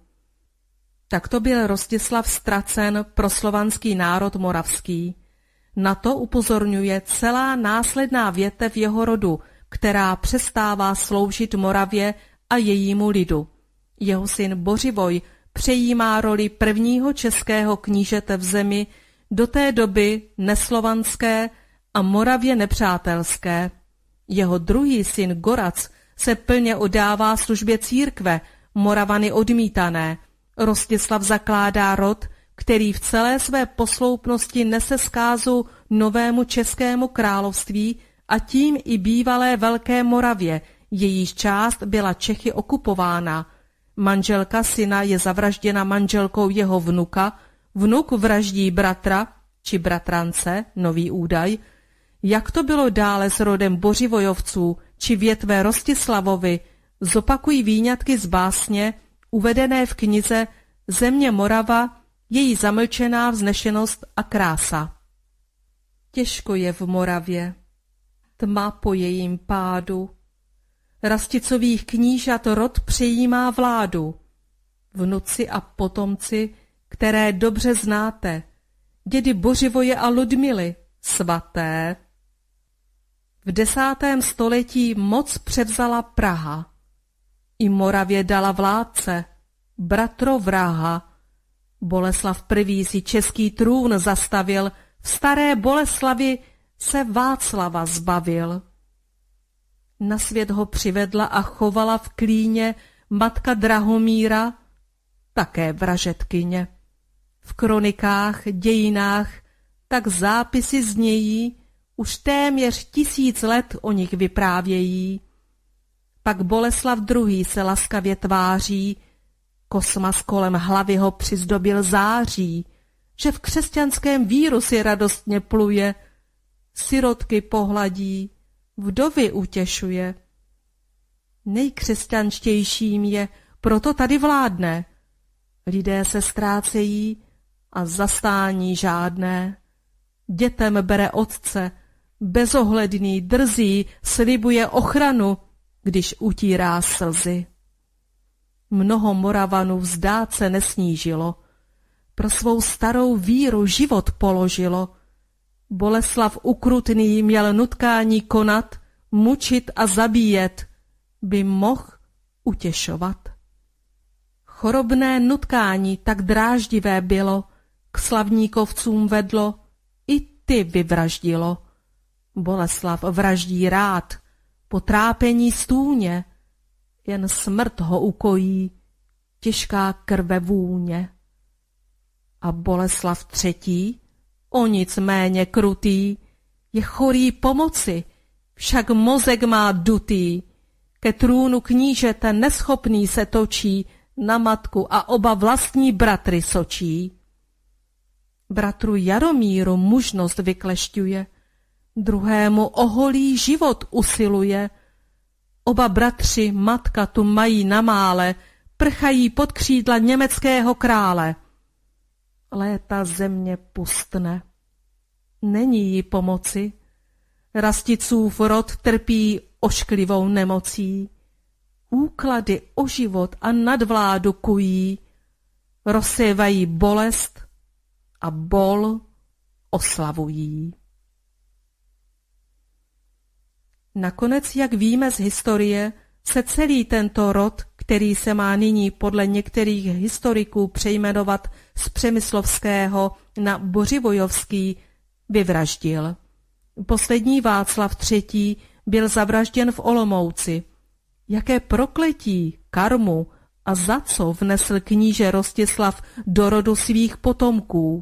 Takto byl Rostislav ztracen pro slovanský národ moravský. Na to upozorňuje celá následná větev jeho rodu, která přestává sloužit Moravě a jejímu lidu. Jeho syn Bořivoj přejímá roli prvního českého knížete v zemi, do té doby neslovanské a Moravě nepřátelské. Jeho druhý syn Gorac se plně oddává službě církve, Moravany odmítané. Rostislav zakládá rod, který v celé své posloupnosti nese zkázu novému českému království a tím i bývalé Velké Moravě, jejíž část byla Čechy okupována. Manželka syna je zavražděna manželkou jeho vnuka, vnuk vraždí bratra či bratrance, nový údaj. Jak to bylo dále s rodem Bořivojovců či větve Rostislavovi, zopakují výňatky z básně, uvedené v knize Země Morava, její zamlčená vznešenost a krása. Těžko je v Moravě, tma po jejím pádu. Rasticových knížat rod přejímá vládu. Vnuci a potomci, které dobře znáte, dědy Bořivoje a Ludmily, svaté. V desátém století moc převzala Praha. I Moravě dala vládce, bratro vraha. Boleslav první si český trůn zastavil, v staré Boleslavi se Václava zbavil. Na svět ho přivedla a chovala v klíně matka Drahomíra, také vražedkyně. V kronikách, dějinách tak zápisy znějí, už téměř tisíc let o nich vyprávějí. Pak Boleslav druhý se laskavě tváří, kosmas kolem hlavy ho přizdobil září, že v křesťanském víru si radostně pluje, sirotky pohladí, vdovy utěšuje. Nejkřesťanštějším je, proto tady vládne. Lidé se ztrácejí a zastání žádné. Dětem bere otce, bezohledný, drzý, slibuje ochranu, když utírá slzy. Mnoho Moravanů vzdát se nesnížilo, pro svou starou víru život položilo. Boleslav ukrutný měl nutkání konat, mučit a zabíjet, by mohl utěšovat. Chorobné nutkání tak dráždivé bylo, k slavníkovcům vedlo, i ty vyvraždilo. Boleslav vraždí rád, po trápení stůně, jen smrt ho ukojí, těžká krve vůně. A Boleslav třetí, o nic méně krutý, je chorý pomoci, však mozek má dutý. Ke trůnu knížete neschopný se točí, na matku a oba vlastní bratry sočí. Bratru Jaromíru mužnost vyklešťuje, druhému oholí život usiluje. Oba bratři matka tu mají na mále, prchají pod křídla německého krále. Léta země pustne, není jí pomoci, Rasticův rod trpí ošklivou nemocí. Úklady o život a nadvládu kují, rozsévají bolest a bol oslavují. Nakonec, jak víme z historie, se celý tento rod, který se má nyní podle některých historiků přejmenovat z Přemyslovského na Bořivojovský, vyvraždil. Poslední Václav třetí byl zavražděn v Olomouci. Jaké prokletí, karmu a za co vnesl kníže Rostislav do rodu svých potomků?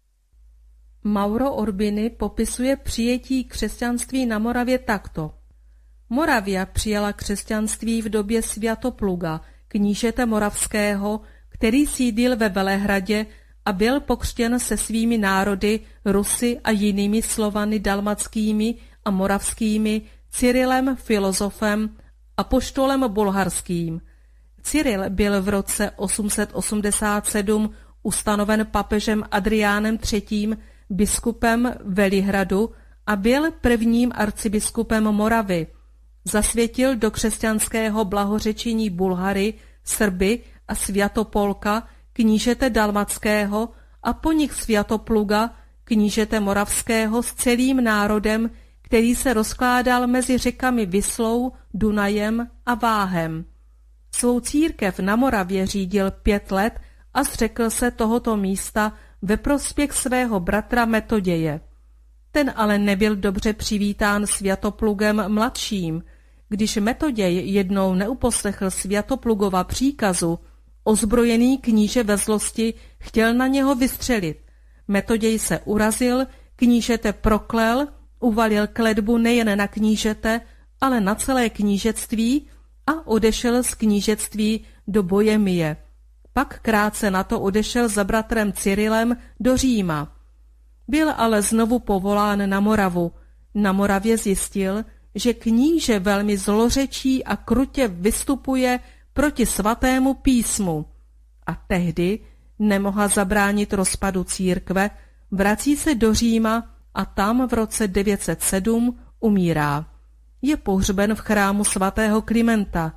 Mauro Orbiny popisuje přijetí křesťanství na Moravě takto. Moravia přijala křesťanství v době Svatopluga, knížete moravského, který sídlil ve Velehradě a byl pokřtěn se svými národy, Rusy a jinými Slovany dalmatskými a moravskými, Cyrilem filozofem, apoštolem bulharským. Cyril byl v roce osm set osmdesát sedm ustanoven papežem Adriánem třetím biskupem Velihradu a byl prvním arcibiskupem Moravy. Zasvětil do křesťanského blahořečení Bulhary, Srby a Svatopolka, knížete dalmatského a po nich Svatopluga, knížete moravského s celým národem, který se rozkládal mezi řekami Vislou, Dunajem a Váhem. Svou církev na Moravě řídil pět let a zřekl se tohoto místa ve prospěch svého bratra Metoděje. Ten ale nebyl dobře přivítán Svatoplugem mladším. Když Metoděj jednou neuposlechl Svatoplugova příkazu, ozbrojený kníže ve zlosti chtěl na něho vystřelit. Metoděj se urazil, knížete proklel, uvalil kletbu nejen na knížete, ale na celé knížectví a odešel z knížectví do Bohemie. Pak krátce na to odešel za bratrem Cyrilem do Říma. Byl ale znovu povolán na Moravu. Na Moravě zjistil, že kníže velmi zlořečí a krutě vystupuje proti svatému písmu. A tehdy nemohla zabránit rozpadu církve, vrací se do Říma a tam v roce devět set sedm umírá. Je pohřben v chrámu svatého Klimenta.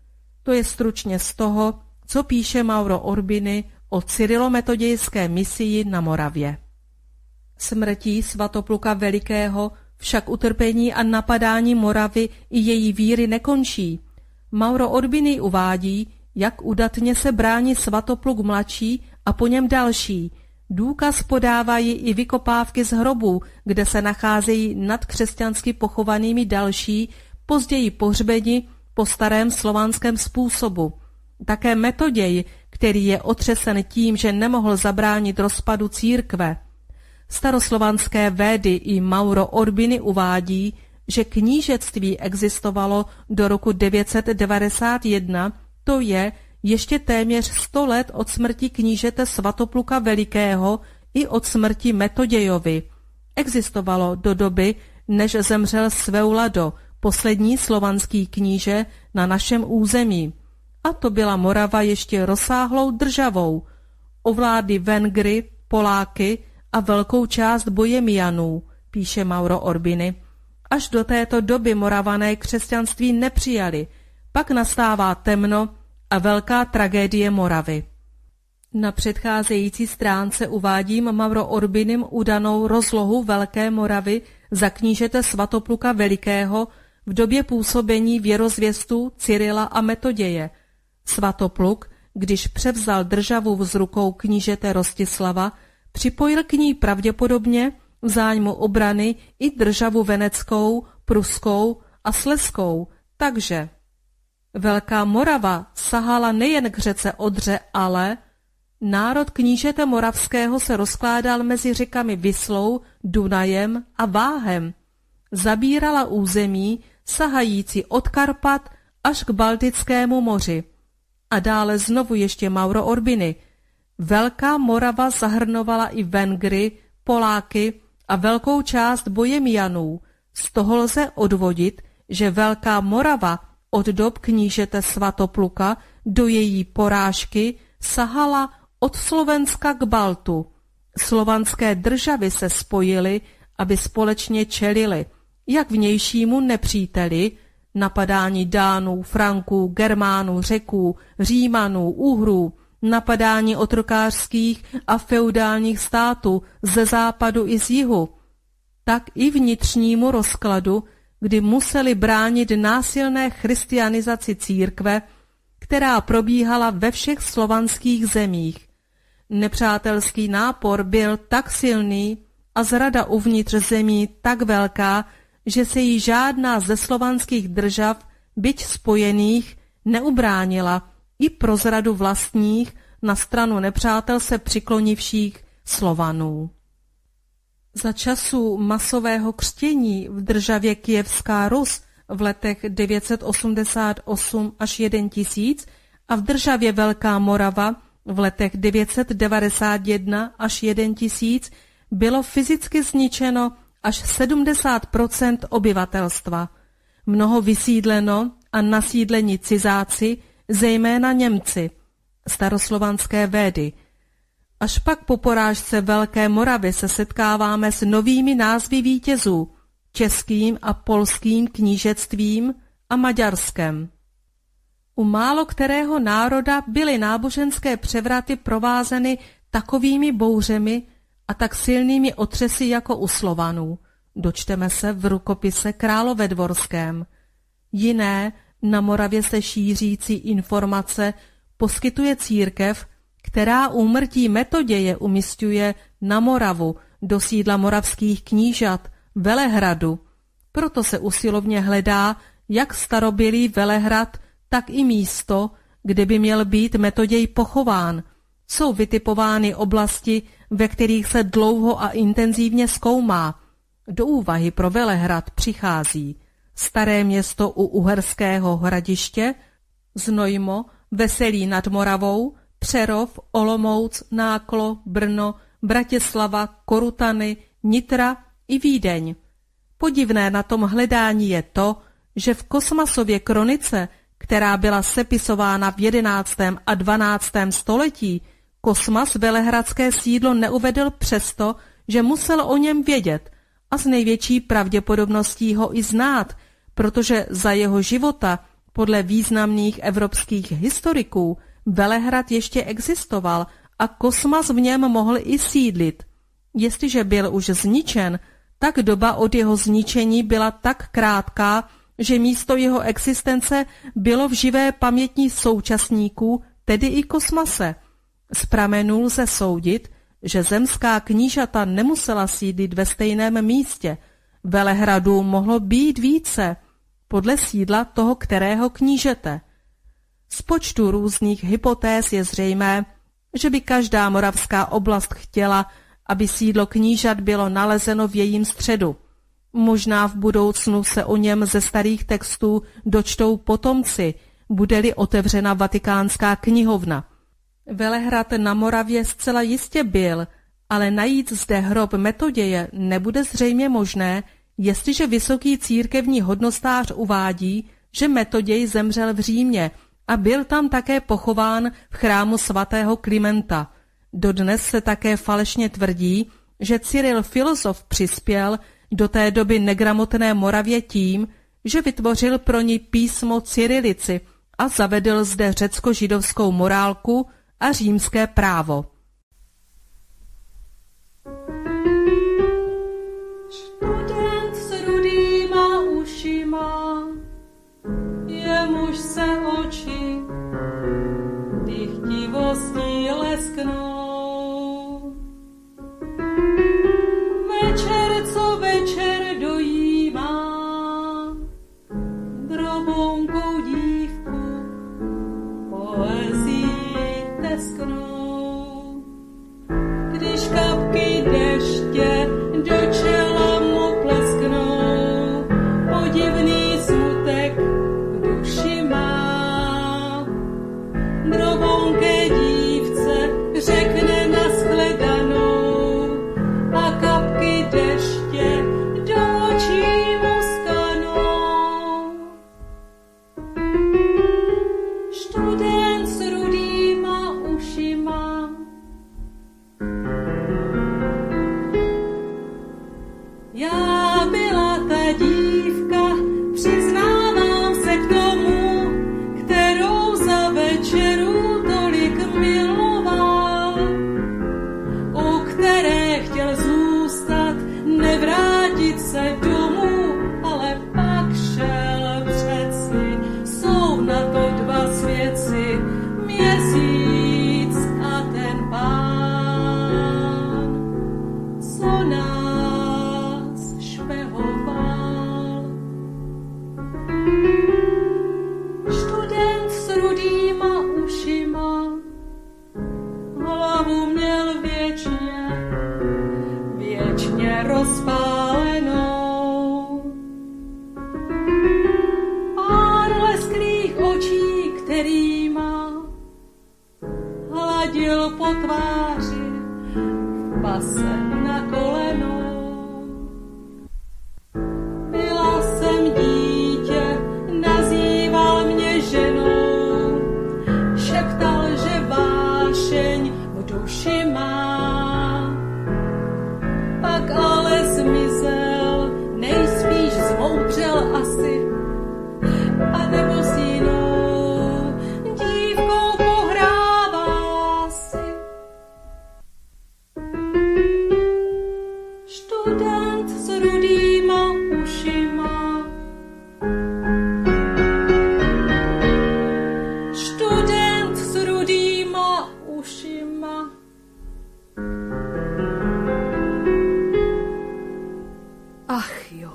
To je stručně z toho, co píše Mauro Orbiny o cyrilometodějské misii na Moravě. Smrtí Svatopluka Velikého však utrpení a napadání Moravy i její víry nekončí. Mauro Orbiny uvádí, jak udatně se brání Svatopluk mladší a po něm další. Důkaz podávají i vykopávky z hrobů, kde se nacházejí nad křesťansky pochovanými další, později pohřbeni po starém slovanském způsobu. Také Metoděj, který je otřesen tím, že nemohl zabránit rozpadu církve. Staroslovanské védy i Mauro Orbiny uvádí, že knížectví existovalo do roku devět set devadesát jedna, to je ještě téměř sto let od smrti knížete Svatopluka Velikého i od smrti Metodějovi. Existovalo do doby, než zemřel Sveulado, poslední slovanský kníže na našem území. A to byla Morava ještě rozsáhlou državou. Ovládli Vengry, Poláky a velkou část Bohemianů, píše Mauro Orbiny. Až do této doby Moravané křesťanství nepřijali, pak nastává temno a velká tragédie Moravy. Na předcházející stránce uvádím Mauro Orbinem udanou rozlohu Velké Moravy za knížete Svatopluka Velikého v době působení věrozvěstů Cyrila a Metoděje. Svatopluk, když převzal državu z rukou knížete Rostislava, připojil k ní pravděpodobně v zájmu obrany i državu veneckou, pruskou a slezskou, takže Velká Morava sahala nejen k řece Odře, ale národ knížete moravského se rozkládal mezi řekami Vislou, Dunajem a Váhem. Zabírala území sahající od Karpat až k Baltickému moři. A dále znovu ještě Mauro Orbiny. Velká Morava zahrnovala i Vengry, Poláky a velkou část Bojemianů. Z toho lze odvodit, že Velká Morava od dob knížete Svatopluka do její porážky sahala od Slovenska k Baltu. Slovanské državy se spojily, aby společně čelily jak vnějšímu nepříteli, napadání Dánů, Franků, Germánů, Řeků, Římanů, Uhrů, napadání otrokářských a feudálních států ze západu i z jihu, tak i vnitřnímu rozkladu, kdy museli bránit násilné christianizaci církve, která probíhala ve všech slovanských zemích. Nepřátelský nápor byl tak silný a zrada uvnitř zemí tak velká, že se jí žádná ze slovanských držav, byť spojených, neubránila i pro zradu vlastních na stranu nepřátel se přiklonivších Slovanů. Za časů masového křtění v državě Kyjevská Rus v letech devět set osmdesát osm až tisíc a v državě Velká Morava v letech devět set devadesát jedna až tisíc bylo fyzicky zničeno až sedmdesát procent obyvatelstva. Mnoho vysídleno a nasídleni cizáci, zejména Němci, staroslovanské Védy. Až pak po porážce Velké Moravy se setkáváme s novými názvy vítězů, českým a polským knížectvím a Maďarskem. U málo kterého národa byly náboženské převraty provázeny takovými bouřemi a tak silnými otřesy jako u Slovanů. Dočteme se v rukopise Královédvorském. Jiné, na Moravě se šířící informace poskytuje církev, která úmrtí Metoděje umisťuje na Moravu, do sídla moravských knížat, Velehradu. Proto se usilovně hledá jak starobylý Velehrad, tak i místo, kde by měl být Metoděj pochován. Jsou vytipovány oblasti, ve kterých se dlouho a intenzivně zkoumá. Do úvahy pro Velehrad přichází Staré Město u Uherského Hradiště, Znojmo, Veselí nad Moravou, Přerov, Olomouc, Náklo, Brno, Bratislava, Korutany, Nitra i Vídeň. Podivné na tom hledání je to, že v Kosmasově kronice, která byla sepisována v jedenáctém a dvanáctém století, Kosmas velehradské sídlo neuvedl přesto, že musel o něm vědět a s největší pravděpodobností ho i znát, protože za jeho života, podle významných evropských historiků, Velehrad ještě existoval a Kosmas v něm mohl i sídlit. Jestliže byl už zničen, tak doba od jeho zničení byla tak krátká, že místo jeho existence bylo v živé paměti současníků, tedy i Kosmase. Z pramenů lze soudit, že zemská knížata nemusela sídlit ve stejném místě. Velehradů mohlo být více, podle sídla toho kterého knížete. Z počtu různých hypotéz je zřejmé, že by každá moravská oblast chtěla, aby sídlo knížat bylo nalezeno v jejím středu. Možná v budoucnu se o něm ze starých textů dočtou potomci, bude-li otevřena Vatikánská knihovna. Velehrad na Moravě zcela jistě byl, ale najít zde hrob Metoděje nebude zřejmě možné, jestliže vysoký církevní hodnostář uvádí, že Metoděj zemřel v Římě a byl tam také pochován v chrámu svatého Klimenta. Dodnes se také falešně tvrdí, že Cyril filozof přispěl do té doby negramotné Moravě tím, že vytvořil pro ní písmo cyrilici a zavedl zde řecko-židovskou morálku a římské právo. Student s rudýma ušima, jemuž se oči dychtivostí lesknou. Večer co dojímá drobounkou dívku štěrýma, hladil po tváři v pase na koleno. Byla jsem dítě, nazýval mě ženou, šeptal, že vášeň v duši má. Pak ale zmizel, nejspíš zmoudřel asi, a nebo s jinou dívkou pohrává si. Student s rudýma ušima, student s rudýma ušima. Ach jo.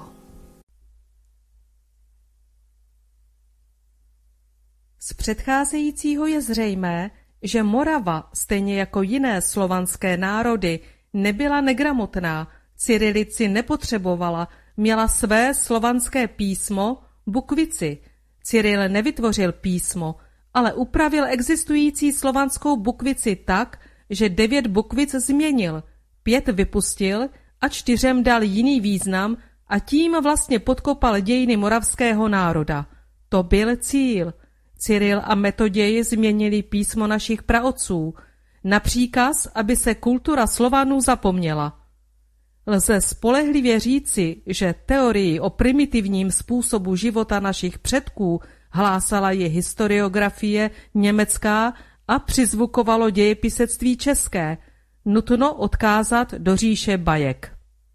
Z předcházejícího je zřejmé, že Morava, stejně jako jiné slovanské národy, nebyla negramotná, cyrilici nepotřebovala, měla své slovanské písmo, bukvici. Cyril nevytvořil písmo, ale upravil existující slovanskou bukvici tak, že devět bukvic změnil, pět vypustil a čtyřem dal jiný význam a tím vlastně podkopal dějiny moravského národa. To byl cíl. Cyril a Metoděj změnili písmo našich praotců, na příkaz, aby se kultura Slovanů zapomněla. Lze spolehlivě říci, že teorii o primitivním způsobu života našich předků hlásala je historiografie německá a přizvukovalo dějepisectví české, nutno odkázat do říše bajek.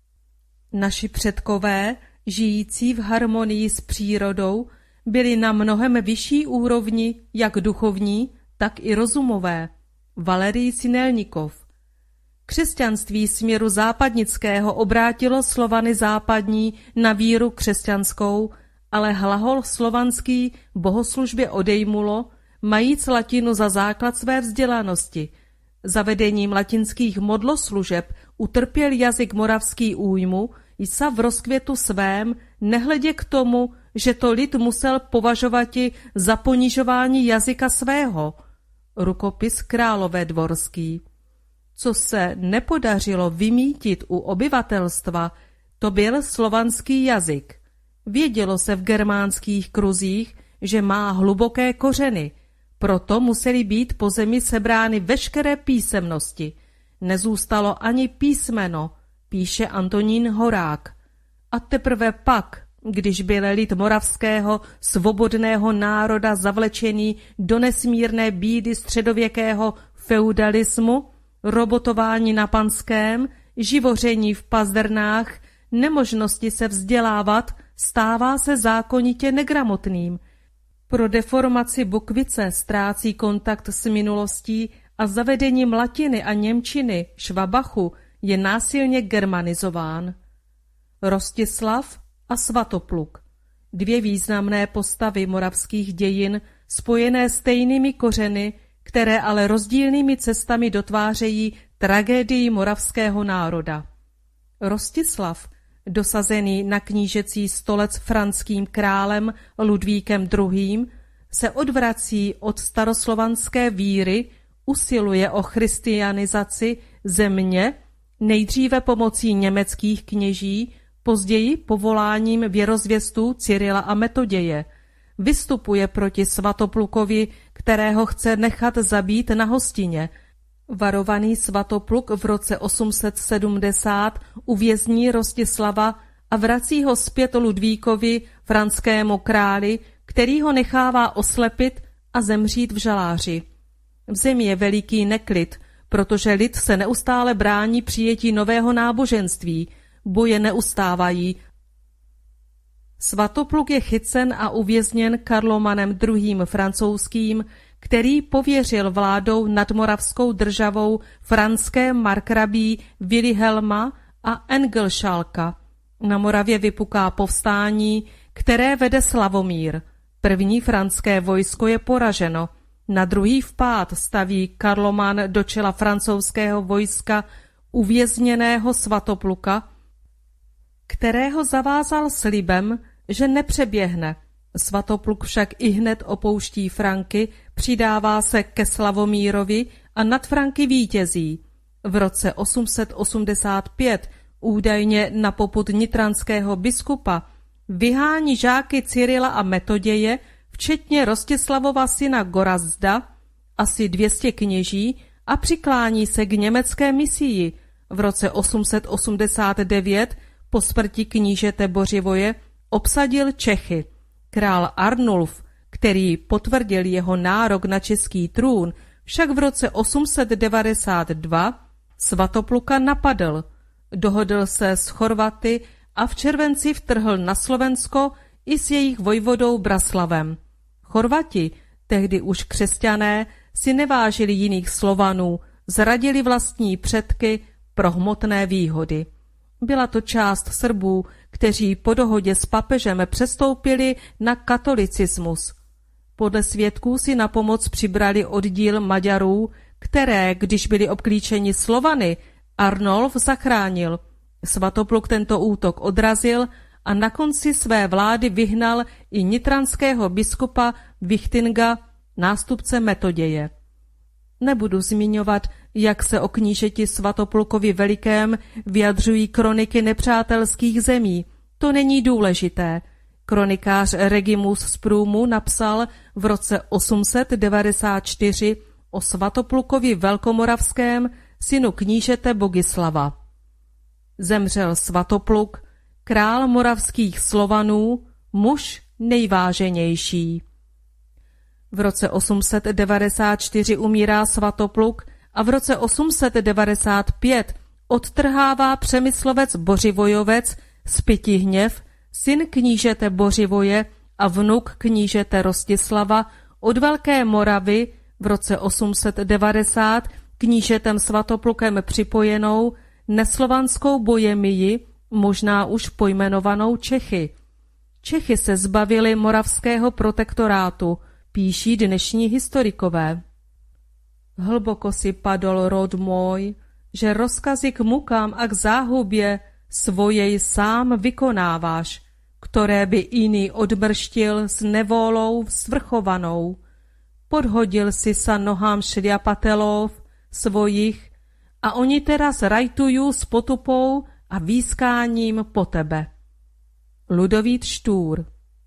Naši předkové, žijící v harmonii s přírodou, byli na mnohem vyšší úrovni, jak duchovní, tak i rozumové. Valerij Sinelnikov. Křesťanství směru západnického obrátilo Slovany západní na víru křesťanskou, ale hlahol slovanský bohoslužbě odejmulo, majíc latinu za základ své vzdělanosti. Zavedením latinských modloslužeb utrpěl jazyk moravský újmu, jsa v rozkvětu svém, nehledě k tomu, že to lid musel považovati za ponižování jazyka svého. Rukopis Králové dvorský. Co se nepodařilo vymítit u obyvatelstva, to byl slovanský jazyk. Vědělo se v germánských kruzích, že má hluboké kořeny, proto musely být po zemi sebrány veškeré písemnosti. Nezůstalo ani písmeno, píše Antonín Horák. A teprve pak, když byl lid moravského svobodného národa zavlečený do nesmírné bídy středověkého feudalismu, robotování na panském, živoření v pazdernách, nemožnosti se vzdělávat, stává se zákonitě negramotným. Pro deformaci bukvice ztrácí kontakt s minulostí a zavedením latiny a němčiny Švabachu je násilně germanizován. Rostislav a Svatopluk, dvě významné postavy moravských dějin, spojené stejnými kořeny, které ale rozdílnými cestami dotvářejí tragédii moravského národa. Rostislav, dosazený na knížecí stolec franským králem Ludvíkem druhým., se odvrací od staroslovanské víry, usiluje o christianizaci země, nejdříve pomocí německých kněží, později povoláním věrozvěstů Cyrila a Metoděje. Vystupuje proti Svatoplukovi, kterého chce nechat zabít na hostině. Varovaný Svatopluk v roce osm set sedmdesát uvězní Rostislava a vrací ho zpět Ludvíkovi, franskému králi, který ho nechává oslepit a zemřít v žaláři. V zemi je veliký neklid, protože lid se neustále brání přijetí nového náboženství, boje neustávají. Svatopluk je chycen a uvězněn Karlomanem druhým. francouzským, který pověřil vládou nad moravskou državou franské markrabí Wilhelma a Engelšalka. Na Moravě vypuká povstání, které vede Slavomír. První franské vojsko je poraženo. Na druhý vpád staví Karloman do čela francouzského vojska uvězněného Svatopluka, kterého zavázal slibem, že nepřeběhne. Svatopluk však ihned opouští Franky, přidává se ke Slavomírovi a nad Franky vítězí. V roce osm set osmdesát pět údajně na popud nitranského biskupa vyhání žáky Cyrila a Metoděje, včetně Rostislavova syna Gorazda, asi dvě stě kněží, a přiklání se k německé misii. V roce osm set osmdesát devět po smrti knížete Bořivoje obsadil Čechy. Král Arnulf, který potvrdil jeho nárok na český trůn, však v roce osm set devadesát dva Svatopluka napadl. Dohodl se s Chorvaty a v červenci vtrhl na Slovensko i s jejich vojvodou Braslavem. Chorvati, tehdy už křesťané, si nevážili jiných Slovanů, zradili vlastní předky pro hmotné výhody. Byla to část Srbů, kteří po dohodě s papežem přestoupili na katolicismus. Podle svědků si na pomoc přibrali oddíl Maďarů, které, když byli obklíčeni Slovany, Arnulf zachránil. Svatopluk tento útok odrazil a na konci své vlády vyhnal i nitranského biskupa Vichtinga, nástupce Metoděje. Nebudu zmiňovat, jak se o knížeti Svatoplukovi Velikém vyjadřují kroniky nepřátelských zemí. To není důležité. Kronikář Regimus z Průmu napsal v roce osm set devadesát čtyři o Svatoplukovi Velkomoravském, synu knížete Bogislava. Zemřel Svatopluk, král moravských Slovanů, muž nejváženější. V roce osm set devadesát čtyři umírá Svatopluk a v roce osm set devadesát pět odtrhává Přemyslovec Bořivojovec Spytihněv, syn knížete Bořivoje a vnuk knížete Rostislava, od Velké Moravy, v roce osm set devadesát knížetem Svatoplukem připojenou, neslovanskou Bojemii, možná už pojmenovanou Čechy. Čechy se zbavili moravského protektorátu, píší dnešní historikové. Hlboko si padl rod můj, že rozkazy k mukám a k záhubě svojej sám vykonáváš, které by jiný odmrštil s nevolou svrchovanou. Podhodil si sa nohám šliapatelov svojich a oni teraz rajtujú s potupou a výskáním po tebe. Ludovít Štúr.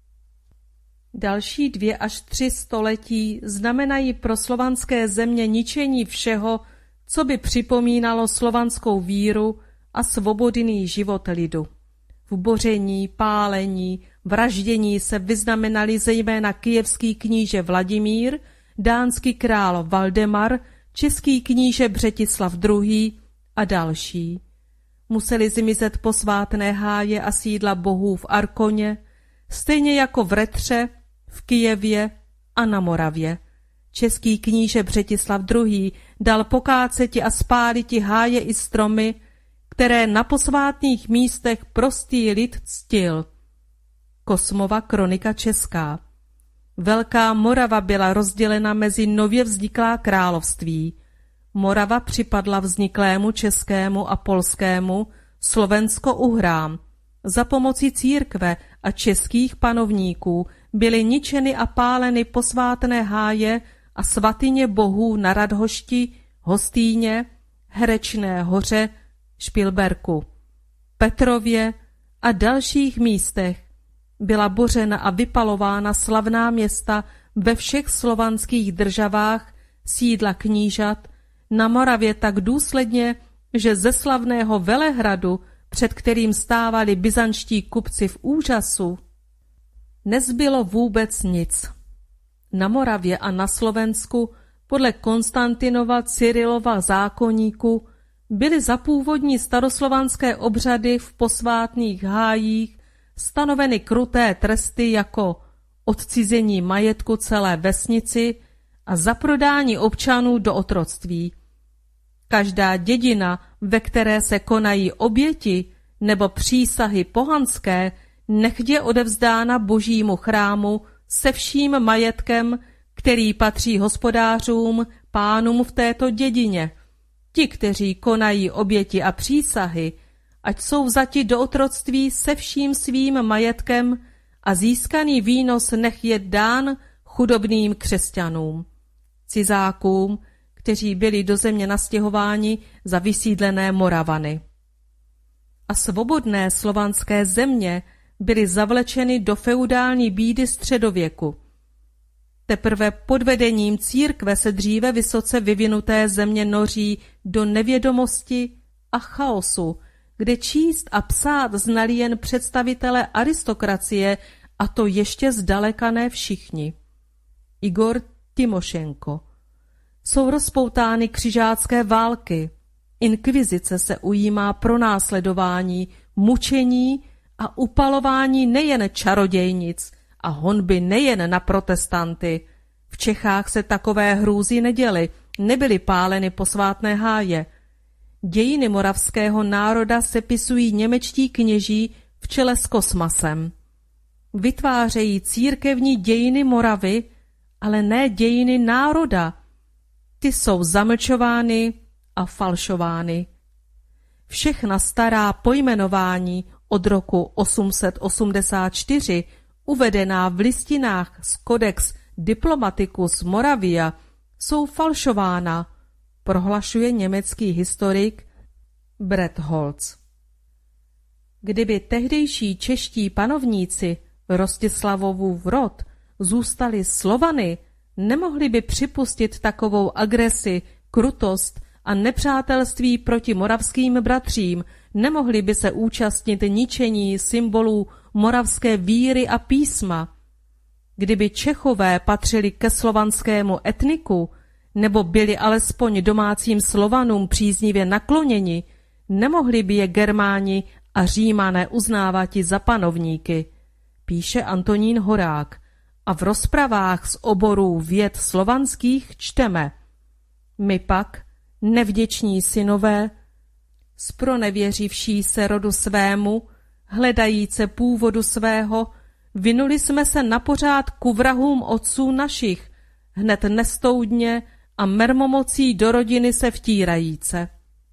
Další dvě až tři století znamenají pro slovanské země ničení všeho, co by připomínalo slovanskou víru a svobodný život lidu. V boření, pálení, vraždění se vyznamenali zejména kyjevský kníže Vladimír, dánský král Valdemar, český kníže Břetislav druhý. a další. Museli zmizet posvátné háje a sídla bohů v Arkoně, stejně jako v Retře, v Kyjevě a na Moravě. Český kníže Břetislav druhý. dal pokáceti a spáliti háje i stromy, které na posvátných místech prostý lid ctil. Kosmova kronika česká. Velká Morava byla rozdělena mezi nově vzniklá království. Morava připadla vzniklému českému a polskému Slovensko-Uhrám. Za pomoci církve a českých panovníků byly ničeny a páleny posvátné háje a svatyně bohů na Radhošti, Hostýně, Herečné hoře, Špilberku, Petrově a dalších místech. Byla bořena a vypalována slavná města ve všech slovanských državách, sídla knížat, na Moravě tak důsledně, že ze slavného Velehradu, před kterým stávali byzantští kupci v úžasu, nezbylo vůbec nic. Na Moravě a na Slovensku podle Konstantinova Cyrilova zákoníku byly za původní staroslovanské obřady v posvátných hájích stanoveny kruté tresty jako odcizení majetku celé vesnici a zaprodání občanů do otroctví. Každá dědina, ve které se konají oběti nebo přísahy pohanské, nechť je odevzdána božímu chrámu se vším majetkem, který patří hospodářům, pánům v této dědině. Ti, kteří konají oběti a přísahy, ať jsou vzati do otroctví se vším svým majetkem a získaný výnos nech je dán chudobným křesťanům, cizákům, kteří byli do země nastěhováni za vysídlené Moravany. A svobodné slovanské země byly zavlečeny do feudální bídy středověku. Teprve pod vedením církve se dříve vysoce vyvinuté země noří do nevědomosti a chaosu, kde číst a psát znali jen představitelé aristokracie, a to ještě zdaleka ne všichni. Igor Timošenko. Jsou rozpoutány křižácké války, inkvizice se ujímá pronásledování, mučení a upalování nejen čarodějnic a honby nejen na protestanty. V Čechách se takové hrůzy neděly, nebyly páleny posvátné háje. Dějiny moravského národa sepisují němečtí kněží v čele s Kosmasem. Vytvářejí církevní dějiny Moravy, ale ne dějiny národa. Ty jsou zamlčovány a falšovány. Všechna stará pojmenování od roku osm set osmdesát čtyři, uvedená v listinách z Codex Diplomaticus Moravia, jsou falšována, prohlašuje německý historik Bretholz. Kdyby tehdejší čeští panovníci Rostislavovův rod zůstali Slovany, nemohli by připustit takovou agresi, krutost a nepřátelství proti moravským bratřím, nemohli by se účastnit ničení symbolů moravské víry a písma. Kdyby Čechové patřili ke slovanskému etniku, nebo byli alespoň domácím Slovanům příznivě nakloněni, nemohli by je Germáni a Římané uznávat za panovníky, píše Antonín Horák. A v rozpravách z oborů věd slovanských čteme: my pak, nevděční synové, spronevěřivší se rodu svému, hledajíce původu svého, vynuli jsme se napořád ku vrahům otců našich, hned nestoudně a mermomocí do rodiny se vtírajíce.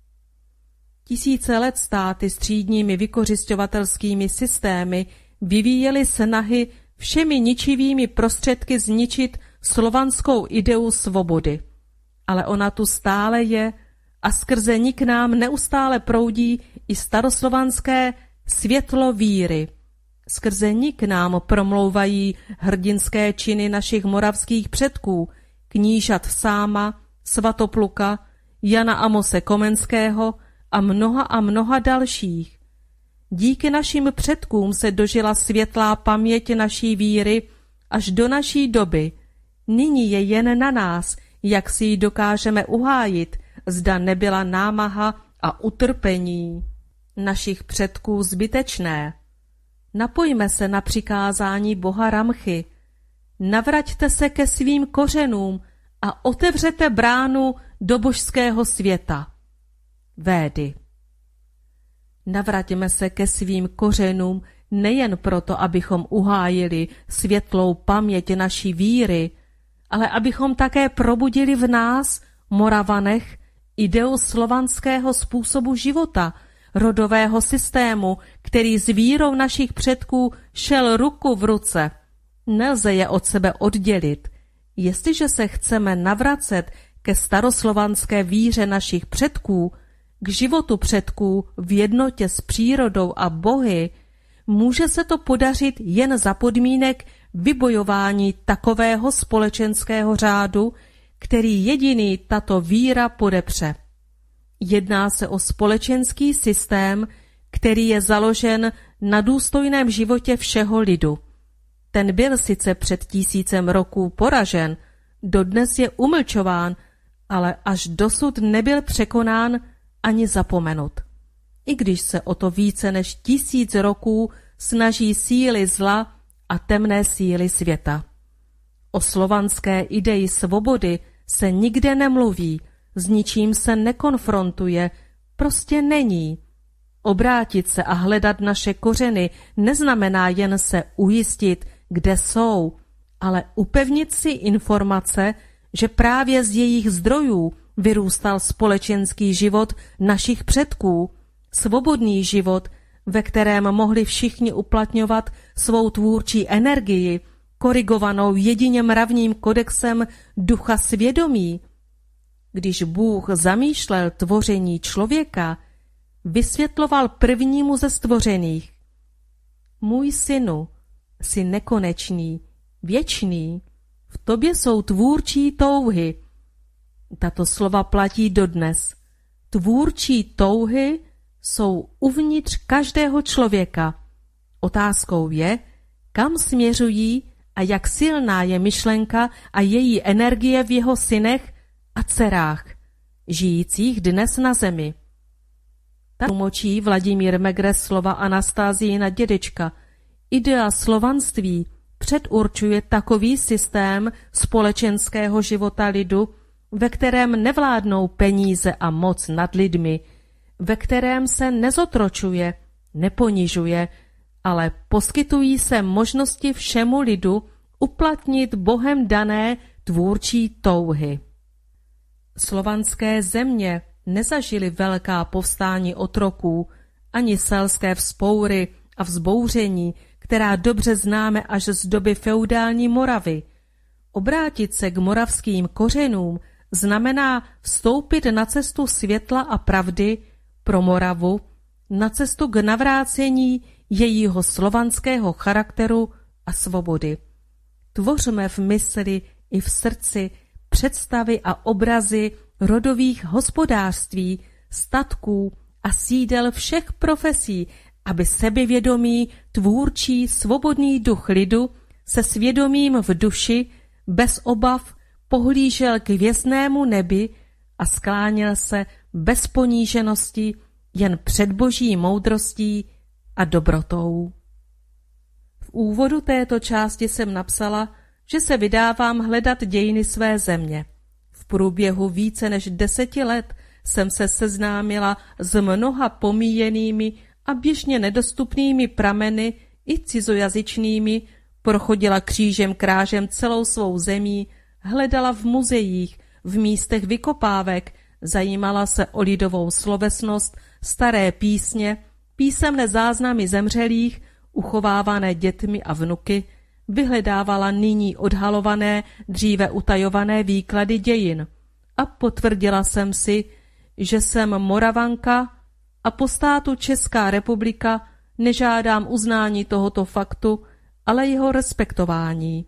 Tisíce let státy s třídními vykořisťovatelskými systémy vyvíjely snahy všemi ničivými prostředky zničit slovanskou ideu svobody. Ale ona tu stále je a skrze ní k nám neustále proudí i staroslovanské světlo víry. Skrze ní k nám promlouvají hrdinské činy našich moravských předků, knížat Sáma, Svatopluka, Jana Amose Komenského a mnoha a mnoha dalších. Díky našim předkům se dožila světlá paměť naší víry až do naší doby. Nyní je jen na nás, jak si ji dokážeme uhájit, zda nebyla námaha a utrpení našich předků zbytečné. Napojme se na přikázání boha Ramchy. Navraťte se ke svým kořenům a otevřete bránu do božského světa. Védy. Navraťme se ke svým kořenům nejen proto, abychom uhájili světlou paměť naší víry, ale abychom také probudili v nás, Moravanech, ideu slovanského způsobu života, rodového systému, který s vírou našich předků šel ruku v ruce. Nelze je od sebe oddělit. Jestliže se chceme navracet ke staroslovanské víře našich předků, k životu předků v jednotě s přírodou a bohy, může se to podařit jen za podmínek vybojování takového společenského řádu, který jediný tato víra podepře. Jedná se o společenský systém, který je založen na důstojném životě všeho lidu. Ten byl sice před tisícem roků poražen, dodnes je umlčován, ale až dosud nebyl překonán ani zapomenut. I když se o to více než tisíc roků snaží síly zla a temné síly světa. O slovanské ideji svobody se nikde nemluví, s ničím se nekonfrontuje, prostě není. Obrátit se a hledat naše kořeny neznamená jen se ujistit, kde jsou, ale upevnit si informace, že právě z jejich zdrojů vyrůstal společenský život našich předků, svobodný život, ve kterém mohli všichni uplatňovat svou tvůrčí energii, korigovanou jedině mravním kodexem ducha svědomí. Když Bůh zamýšlel tvoření člověka, vysvětloval prvnímu ze stvořených: Můj synu, jsi nekonečný, věčný, v tobě jsou tvůrčí touhy. Tato slova platí dodnes. Tvůrčí touhy jsou uvnitř každého člověka. Otázkou je, kam směřují a jak silná je myšlenka a její energie v jeho synech a dcerách, žijících dnes na zemi. Tak tlumočí Vladimír Megres slova Anastázijina dědečka. Idea slovanství předurčuje takový systém společenského života lidu, ve kterém nevládnou peníze a moc nad lidmi, ve kterém se nezotročuje, neponižuje, ale poskytují se možnosti všemu lidu uplatnit Bohem dané tvůrčí touhy. Slovanské země nezažily velká povstání otroků, ani selské vzpoury a vzbouření, která dobře známe až z doby feudální Moravy. Obrátit se k moravským kořenům znamená vstoupit na cestu světla a pravdy pro Moravu, na cestu k navrácení jejího slovanského charakteru a svobody. Tvořme v mysli i v srdci představy a obrazy rodových hospodářství, statků a sídel všech profesí, aby sebevědomý, tvůrčí, svobodný duch lidu se svědomím v duši, bez obav, pohlížel k hvězdnému nebi a skláněl se bez poníženosti jen před boží moudrostí a dobrotou. V úvodu této části jsem napsala, že se vydávám hledat dějiny své země. V průběhu více než deseti let jsem se seznámila s mnoha pomíjenými a běžně nedostupnými prameny i cizojazyčnými, prochodila křížem krážem celou svou zemí, hledala v muzeích, v místech vykopávek, zajímala se o lidovou slovesnost, staré písně, písemné záznamy zemřelých, uchovávané dětmi a vnuky, vyhledávala nyní odhalované, dříve utajované výklady dějin a potvrdila jsem si, že jsem Moravanka a po státu Česká republika nežádám uznání tohoto faktu, ale jeho respektování.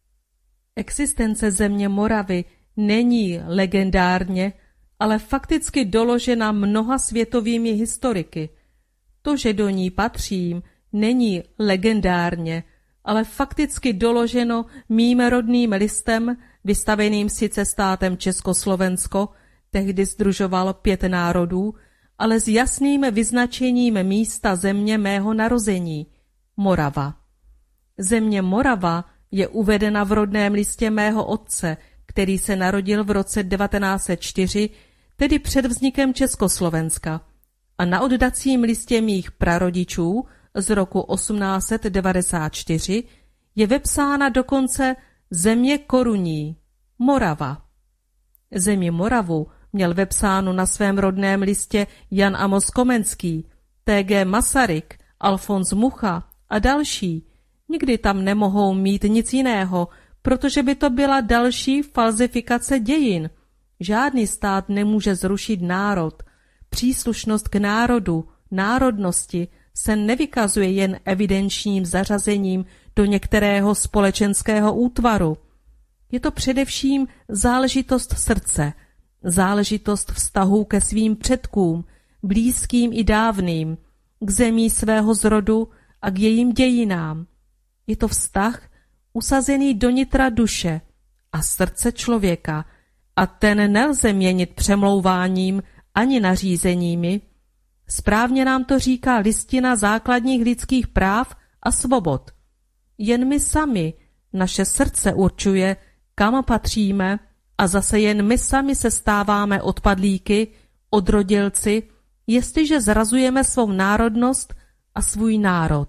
Existence země Moravy není legendárně, ale fakticky doložena mnoha světovými historiky. To, že do ní patřím, není legendárně, ale fakticky doloženo mým rodným listem, vystaveným sice státem Československo, tehdy sdružoval pět národů, ale s jasným vyznačením místa země mého narození, Morava. Země Morava je uvedena v rodném listě mého otce, který se narodil v roce devatenáct set čtyři, tedy před vznikem Československa, a na oddacím listě mých prarodičů z roku osmnáct set devadesát čtyři je vepsána dokonce země korunní, Morava. Zemi Moravu měl vepsáno na svém rodném listě Jan Amos Komenský, T G Masaryk, Alfons Mucha a další. Nikdy tam nemohou mít nic jiného, protože by to byla další falzifikace dějin. Žádný stát nemůže zrušit národ. Příslušnost k národu, národnosti se nevykazuje jen evidenčním zařazením do některého společenského útvaru. Je to především záležitost srdce, záležitost vztahů ke svým předkům, blízkým i dávným, k zemí svého zrodu a k jejím dějinám. Je to vztah usazený do nitra duše a srdce člověka a ten nelze měnit přemlouváním ani nařízeními. Správně nám to říká listina základních lidských práv a svobod. Jen my sami, naše srdce určuje, kam patříme, a zase jen my sami se stáváme odpadlíky, odrodilci, jestliže zrazujeme svou národnost a svůj národ.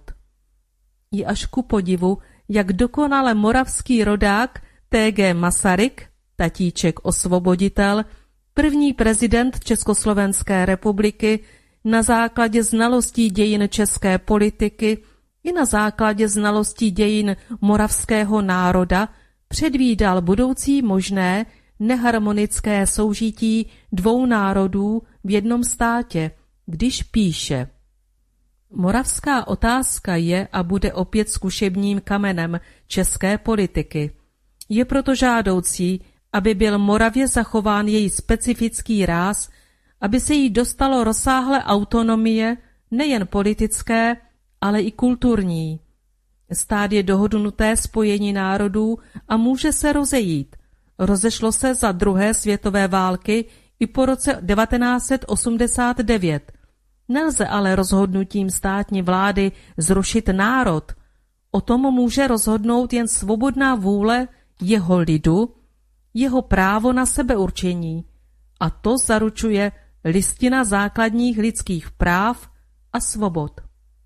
Je až ku podivu, jak dokonale moravský rodák T G Masaryk, tatíček osvoboditel, první prezident Československé republiky, na základě znalostí dějin české politiky i na základě znalostí dějin moravského národa předvídal budoucí možné neharmonické soužití dvou národů v jednom státě, když píše: Moravská otázka je a bude opět zkušebním kamenem české politiky. Je proto žádoucí, aby byl Moravě zachován její specifický ráz, aby se jí dostalo rozsáhlé autonomie, nejen politické, ale i kulturní. Stát je dohodnuté spojení národů a může se rozejít. Rozešlo se za druhé světové války i po roce devatenáct set osmdesát devět. Nelze ale rozhodnutím státní vlády zrušit národ. O tom může rozhodnout jen svobodná vůle jeho lidu, jeho právo na sebeurčení. A to zaručuje Listina základních lidských práv a svobod.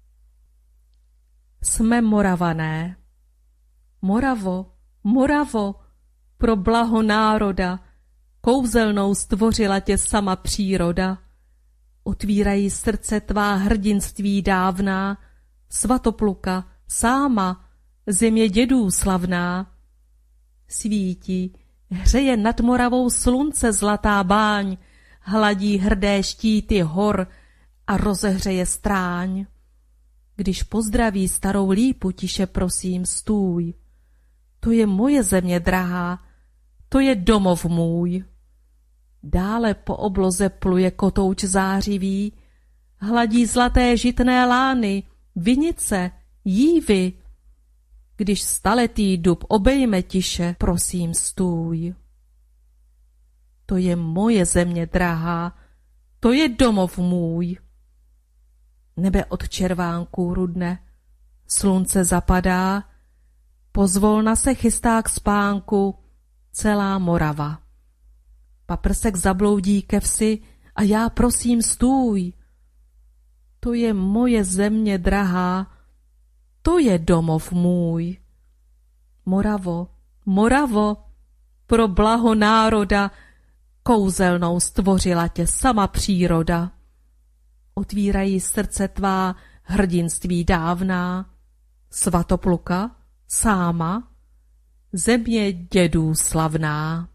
Jsme Moravané. Moravo, Moravo, pro blaho národa, kouzelnou stvořila tě sama příroda. Otvírají srdce tvá hrdinství dávná, Svatopluka, sáma, země dědů slavná. Svítí, hřeje nad Moravou slunce zlatá báň, hladí hrdé štíty hor a rozehřeje stráň. Když pozdraví starou lípu, tiše prosím stůj. To je moje země drahá, to je domov můj. Dále po obloze pluje kotouč zářivý, hladí zlaté žitné lány, vinice, jívy. Když staletý dub obejme tiše, prosím stůj. To je moje země drahá, to je domov můj. Nebe od červánků rudne, slunce zapadá, pozvolna se chystá k spánku celá Morava. Paprsek zabloudí ke vsi a já prosím stůj. To je moje země drahá, to je domov můj. Moravo, Moravo, pro blaho národa, kouzelnou stvořila tě sama příroda. Otvírají srdce tvá hrdinství dávná, Svatopluka, sáma, země dědů slavná.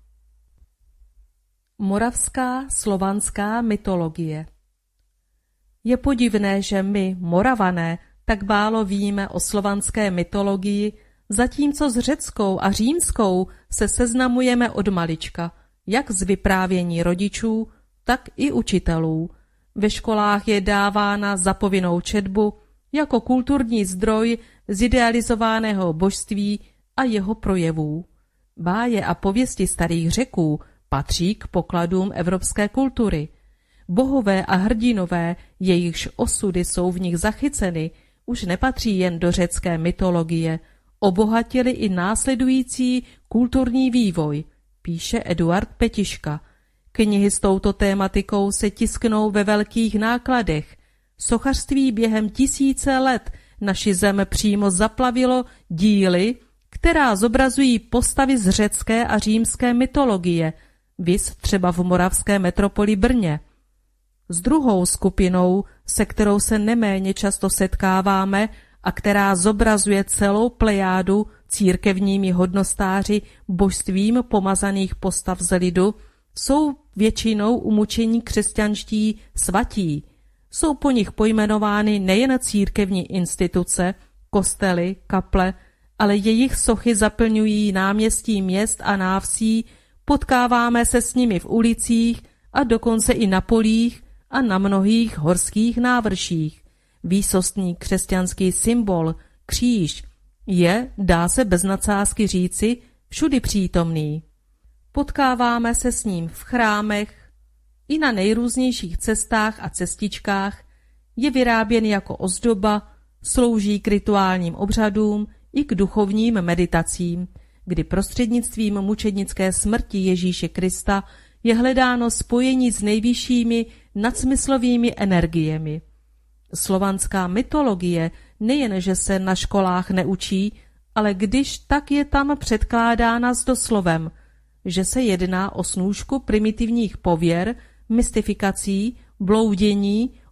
Moravská slovanská mytologie. Je podivné, že my, Moravané, tak málo víme o slovanské mytologii, zatímco s řeckou a římskou se seznamujeme od malička, jak z vyprávění rodičů, tak i učitelů. Ve školách je dávána za povinnou četbu jako kulturní zdroj zidealizovaného božství a jeho projevů. Báje a pověsti starých Řeků patří k pokladům evropské kultury. Bohové a hrdinové, jejichž osudy jsou v nich zachyceny, už nepatří jen do řecké mytologie, obohatili i následující kulturní vývoj, píše Eduard Petiška. Knihy s touto tématikou se tisknou ve velkých nákladech. Sochařství během tisíce let naši zem přímo zaplavilo díly, která zobrazují postavy z řecké a římské mytologie, viz třeba v moravské metropoli Brně. S druhou skupinou, se kterou se neméně často setkáváme a která zobrazuje celou plejádu církevními hodnostáři božstvím pomazaných postav z lidu, jsou většinou umučení křesťanští svatí. Jsou po nich pojmenovány nejen církevní instituce, kostely, kaple, ale jejich sochy zaplňují náměstí měst a návsí, potkáváme se s nimi v ulicích a dokonce i na polích a na mnohých horských návrších. Výsostný křesťanský symbol, kříž, je, dá se bez nadsázky říci, všudy přítomný. Potkáváme se s ním v chrámech, i na nejrůznějších cestách a cestičkách, je vyráběn jako ozdoba, slouží k rituálním obřadům i k duchovním meditacím, kdy prostřednictvím mučednické smrti Ježíše Krista je hledáno spojení s nejvyššími nadsmyslovými energiemi. Slovanská mytologie nejen, že se na školách neučí, ale když tak je tam předkládána s doslovem, že se jedná o snůšku primitivních pověr, mystifikací, bloudění,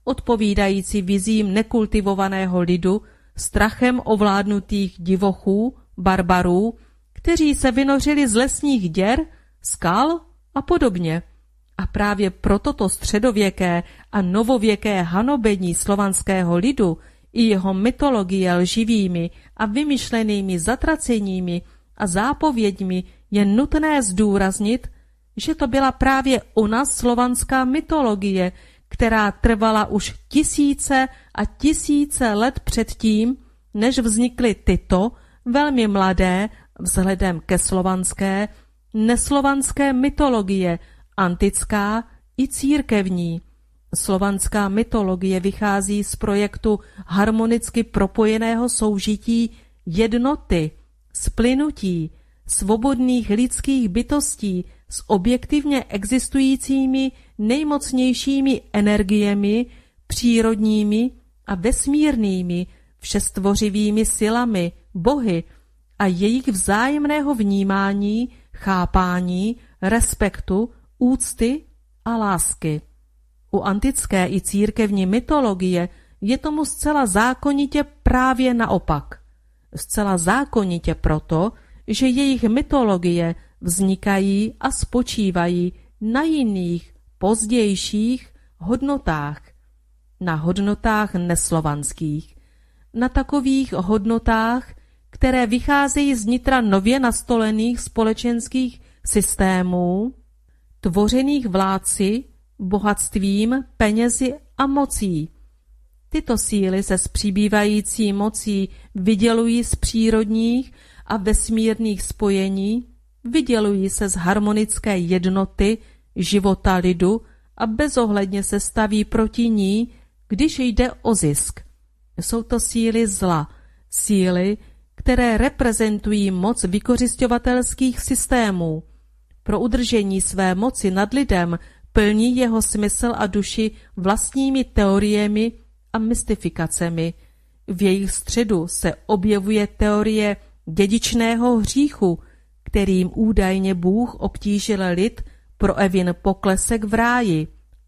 odpovídající vizím nekultivovaného lidu, strachem ovládnutých divochů, barbarů, kteří se vynořili z lesních děr, skal a podobně. A právě pro toto středověké a novověké hanobení slovanského lidu i jeho mytologie lživými a vymyšlenými zatraceními a zápověďmi je nutné zdůraznit, že to byla právě ona slovanská mytologie, která trvala už tisíce a tisíce let předtím, než vznikly tyto velmi mladé, vzhledem ke slovanské, neslovanské mytologie, antická i církevní. Slovanská mytologie vychází z projektu harmonicky propojeného soužití jednoty, splynutí, svobodných lidských bytostí s objektivně existujícími nejmocnějšími energiemi, přírodními a vesmírnými, všestvořivými silami, bohy a jejich vzájemného vnímání, chápání, respektu, úcty a lásky. U antické i církevní mytologie je tomu zcela zákonitě právě naopak. Zcela zákonitě proto, že jejich mytologie vznikají a spočívají na jiných, pozdějších hodnotách. Na hodnotách neslovanských. Na takových hodnotách, které vycházejí z nitra nově nastolených společenských systémů, tvořených vládci, bohatstvím, penězi a mocí. Tyto síly se s přibývající mocí vydělují z přírodních a vesmírných spojení, vydělují se z harmonické jednoty života lidu a bezohledně se staví proti ní, když jde o zisk. Jsou to síly zla, síly, které reprezentují moc vykořisťovatelských systémů. Pro udržení své moci nad lidem plní jeho smysl a duši vlastními teoriemi a mystifikacemi. V jejich středu se objevuje teorie dědičného hříchu, kterým údajně Bůh obtížil lid pro evin poklesek v ráji.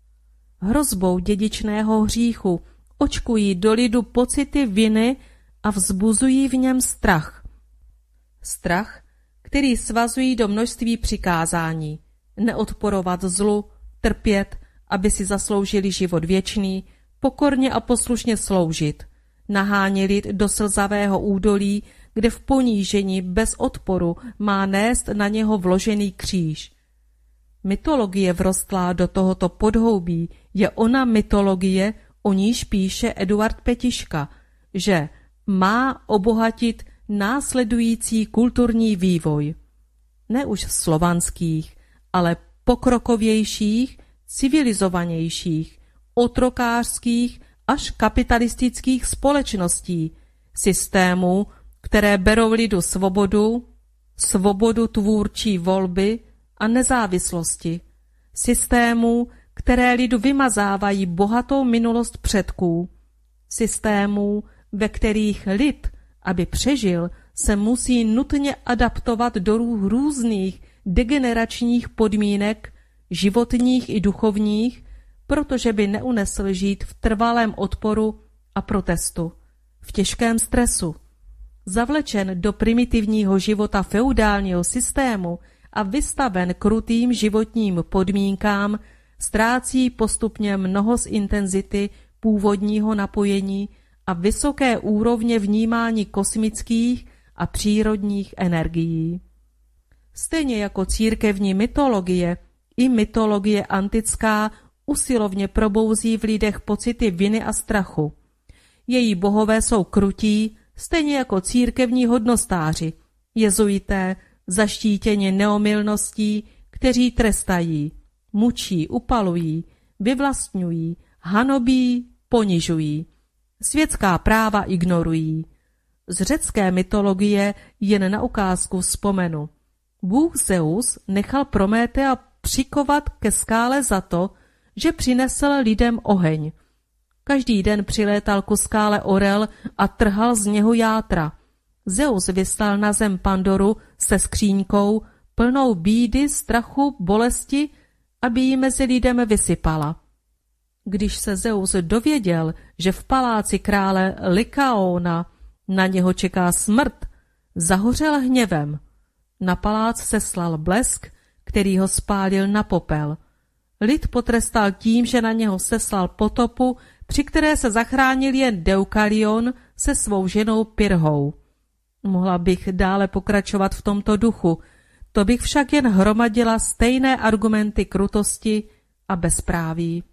Hrozbou dědičného hříchu očkují do lidu pocity viny a vzbuzují v něm strach. Strach, který svazují do množství přikázání. Neodporovat zlu, trpět, aby si zasloužili život věčný, pokorně a poslušně sloužit. Nahánělit do slzavého údolí, kde v ponížení bez odporu má nést na něho vložený kříž. Mytologie vrostlá do tohoto podhoubí je ona mytologie, o níž píše Eduard Petiška, že má obohatit následující kulturní vývoj. Ne už slovanských, ale pokrokovějších, civilizovanějších, otrokářských až kapitalistických společností, systémů, které berou lidu svobodu, svobodu tvůrčí volby a nezávislosti, systémů, které lidu vymazávají bohatou minulost předků, systémů, ve kterých lid, aby přežil, se musí nutně adaptovat do různých degeneračních podmínek, životních i duchovních, protože by neunesl žít v trvalém odporu a protestu, v těžkém stresu. Zavlečen do primitivního života feudálního systému a vystaven krutým životním podmínkám, ztrácí postupně mnoho z intenzity původního napojení a vysoké úrovně vnímání kosmických a přírodních energií. Stejně jako církevní mytologie, i mytologie antická usilovně probouzí v lidech pocity viny a strachu. Její bohové jsou krutí, stejně jako církevní hodnostáři, jezuité, zaštítěni neomylností, kteří trestají, mučí, upalují, vyvlastňují, hanobí, ponižují. Světská práva ignorují. Z řecké mytologie jen na ukázku vzpomenu. Bůh Zeus nechal Prométea přikovat ke skále za to, že přinesl lidem oheň. Každý den přilétal ku skále orel a trhal z něho játra. Zeus vyslal na zem Pandoru se skříňkou, plnou bídy, strachu, bolesti, aby ji mezi lidem vysypala. Když se Zeus dověděl, že v paláci krále Lykaona na něho čeká smrt, zahořel hněvem. Na palác seslal blesk, který ho spálil na popel. Lid potrestal tím, že na něho seslal potopu, při které se zachránil jen Deukalion se svou ženou Pyrrhou. Mohla bych dále pokračovat v tomto duchu, to bych však jen hromadila stejné argumenty krutosti a bezpráví.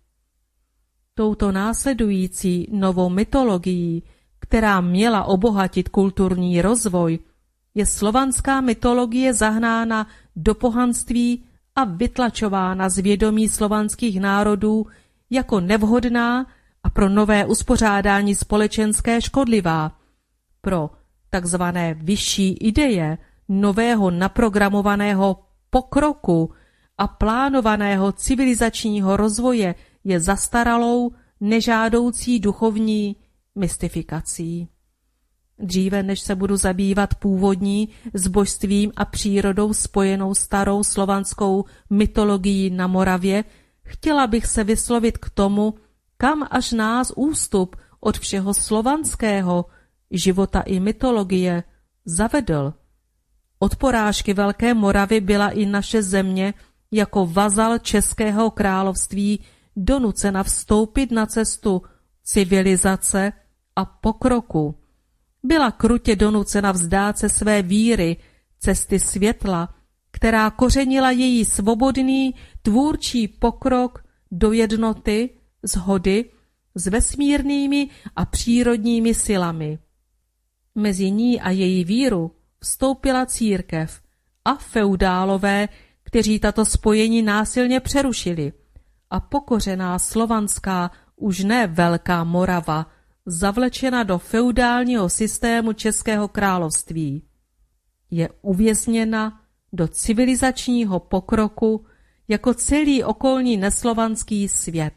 Touto následující novou mytologií, která měla obohatit kulturní rozvoj, je slovanská mytologie zahnána do pohanství a vytlačována z vědomí slovanských národů jako nevhodná a pro nové uspořádání společenské škodlivá, pro takzvané vyšší ideje nového naprogramovaného pokroku a plánovaného civilizačního rozvoje je zastaralou, nežádoucí duchovní mystifikací. Dříve než se budu zabývat původní s božstvím a přírodou spojenou starou slovanskou mytologií na Moravě, chtěla bych se vyslovit k tomu, kam až nás ústup od všeho slovanského života i mytologie zavedl. Od porážky Velké Moravy byla i naše země jako vazal Českého království donucena vstoupit na cestu civilizace a pokroku. Byla krutě donucena vzdát se své víry, cesty světla, která kořenila její svobodný tvůrčí pokrok do jednoty, shody s vesmírnými a přírodními silami. Mezi ní a její víru vstoupila církev a feudálové, kteří tato spojení násilně přerušili, a pokořená slovanská, už ne Velká Morava, zavlečena do feudálního systému Českého království. Je uvězněna do civilizačního pokroku jako celý okolní neslovanský svět.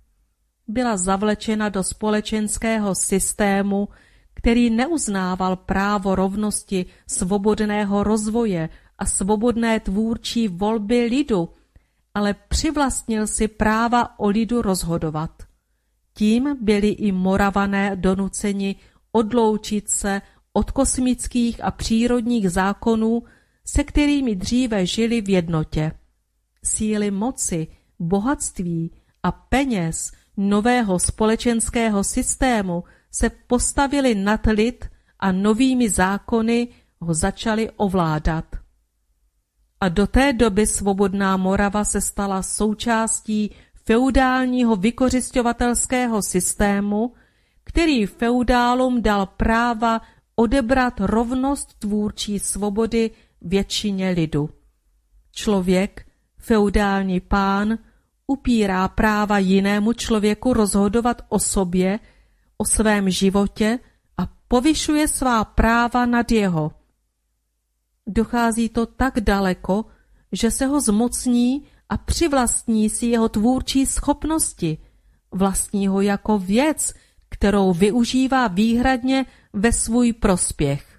Byla zavlečena do společenského systému, který neuznával právo rovnosti, svobodného rozvoje a svobodné tvůrčí volby lidu, ale přivlastnil si práva o lidu rozhodovat. Tím byli i Moravané donuceni odloučit se od kosmických a přírodních zákonů, se kterými dříve žili v jednotě. Síly moci, bohatství a peněz nového společenského systému se postavili nad lid a novými zákony ho začali ovládat. A do té doby svobodná Morava se stala součástí feudálního vykořisťovatelského systému, který feudálům dal práva odebrat rovnost tvůrčí svobody většině lidu. Člověk, feudální pán, upírá práva jinému člověku rozhodovat o sobě, o svém životě a povyšuje svá práva nad jeho. Dochází to tak daleko, že se ho zmocní a přivlastní si jeho tvůrčí schopnosti, vlastní ho jako věc, kterou využívá výhradně ve svůj prospěch.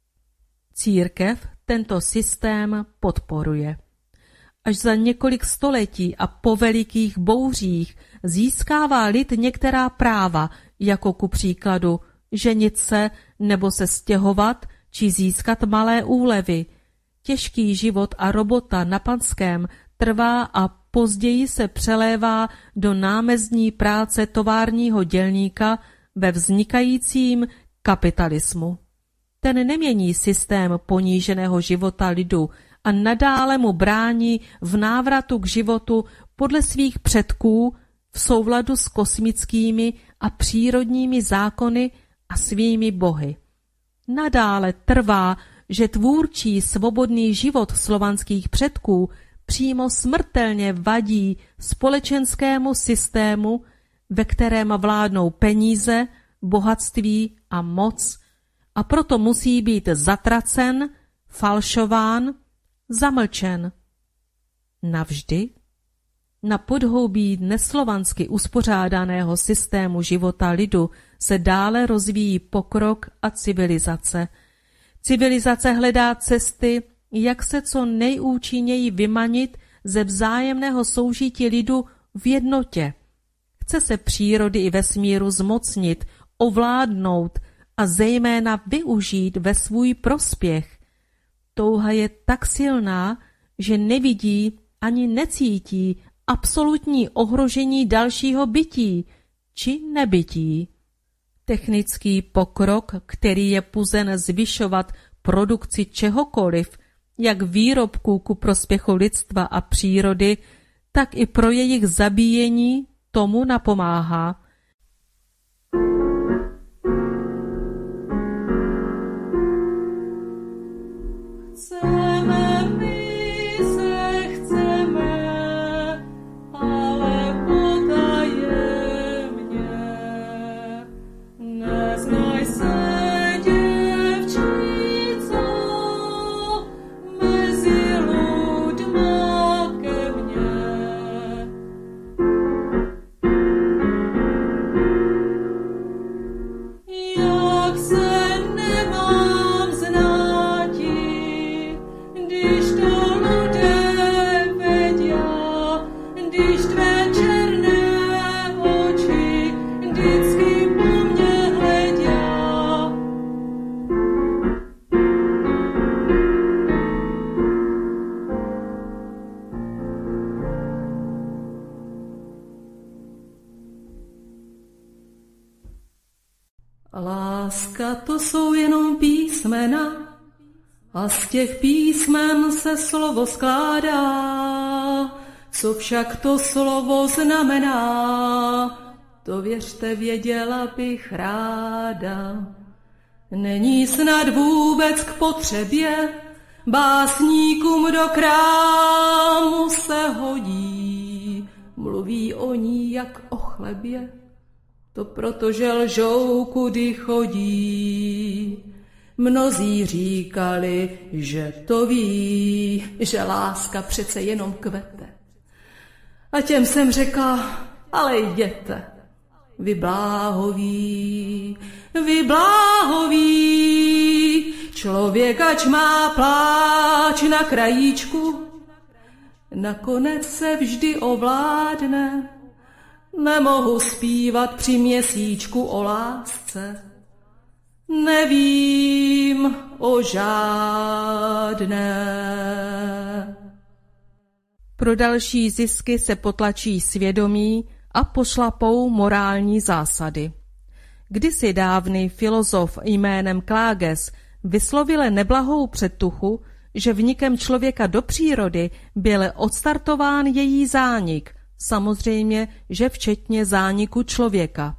Církev tento systém podporuje. Až za několik století a po velikých bouřích získává lid některá práva, jako ku příkladu ženit se nebo se stěhovat či získat malé úlevy. Těžký život a robota na panském trvá a později se přelévá do námezdní práce továrního dělníka ve vznikajícím kapitalismu. Ten nemění systém poníženého života lidu a nadále mu brání v návratu k životu podle svých předků v souladu s kosmickými a přírodními zákony a svými bohy. Nadále trvá, že tvůrčí svobodný život slovanských předků přímo smrtelně vadí společenskému systému, ve kterém vládnou peníze, bohatství a moc, a proto musí být zatracen, falšován, zamlčen. Navždy? Na podhoubí neslovansky uspořádaného systému života lidu se dále rozvíjí pokrok a civilizace. Civilizace hledá cesty, jak se co nejúčinněji vymanit ze vzájemného soužití lidu v jednotě. chce se přírody i vesmíru zmocnit, ovládnout a zejména využít ve svůj prospěch. Touha je tak silná, že nevidí ani necítí absolutní ohrožení dalšího bytí či nebytí. Technický pokrok, který je puzen zvyšovat produkci čehokoliv, jak výrobků ku prospěchu lidstva a přírody, tak i pro jejich zabíjení tomu napomáhá. Chceme, my se chceme, ale potajemně. Neznaj se, děvčico, mezi lidma ke mně. Jak se nemám znáti, když to lidé věděl, když tvé černé oči vždycky po mně hleděl. Láska to jsou jenom písmena a z těch písmen se slovo skládá. Co však to slovo znamená, to věřte, věděla bych ráda. Není snad vůbec k potřebě, básníkům do krámu se hodí. Mluví o ní jak o chlebě, to protože lžou, kudy chodí. Mnozí říkali, že to ví, že láska přece jenom kvete. A těm jsem řekla, ale jděte, vy bláhoví, vy bláhoví, člověk ač má pláč na krajíčku, nakonec se vždy ovládne. Nemohu zpívat při měsíčku o lásce, nevím o žádné. Pro další zisky se potlačí svědomí a pošlapou morální zásady. Kdysi dávný filozof jménem Klages vyslovil neblahou předtuchu, že vnikem člověka do přírody byl odstartován její zánik, samozřejmě, že včetně zániku člověka.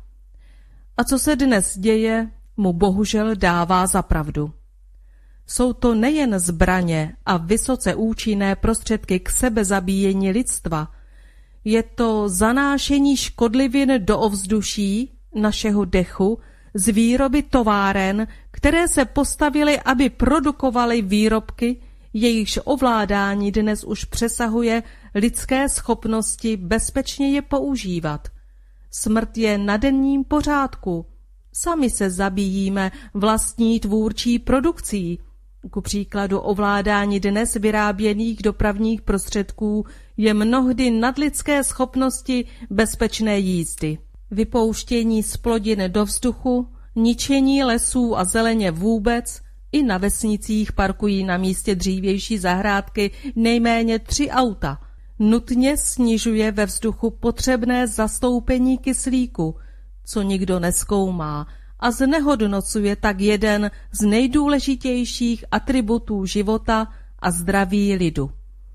A co se dnes děje, mu bohužel dává za pravdu. Jsou to nejen zbraně a vysoce účinné prostředky k sebezabíjení lidstva, je to zanášení škodlivin do ovzduší, našeho dechu, z výroby továren, které se postavily, aby produkovaly výrobky, jejichž ovládání dnes už přesahuje lidské schopnosti bezpečně je používat. Smrt je na denním pořádku. Sami se zabíjíme vlastní tvůrčí produkcí. Ku příkladu ovládání dnes vyráběných dopravních prostředků je mnohdy nadlidské schopnosti bezpečné jízdy. Vypouštění zplodin do vzduchu, ničení lesů a zeleně vůbec, i na vesnicích parkují na místě dřívější zahrádky nejméně tři auta. Nutně snižuje ve vzduchu potřebné zastoupení kyslíku, co nikdo nezkoumá, a znehodnocuje tak jeden z nejdůležitějších atributů života a zdraví lidu.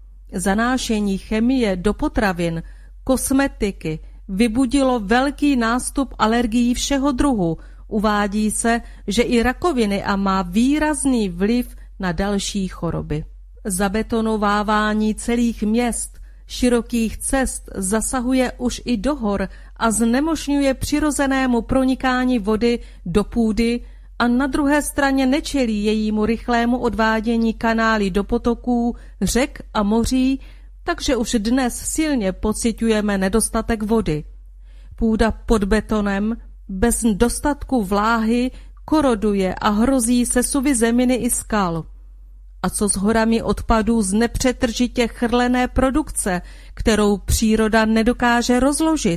Zanášení chemie do potravin, kosmetiky vybudilo velký nástup alergií všeho druhu. Uvádí se, že i rakoviny a má výrazný vliv na další choroby. Zabetonovávání celých měst, širokých cest zasahuje už i do hor a znemožňuje přirozenému pronikání vody do půdy a na druhé straně nečelí jejímu rychlému odvádění kanály do potoků, řek a moří, takže už dnes silně pociťujeme nedostatek vody. Půda pod betonem bez dostatku vláhy koroduje a hrozí sesuvy zeminy i skal. A co s horami odpadů z nepřetržitě chrlené produkce, kterou příroda nedokáže rozložit?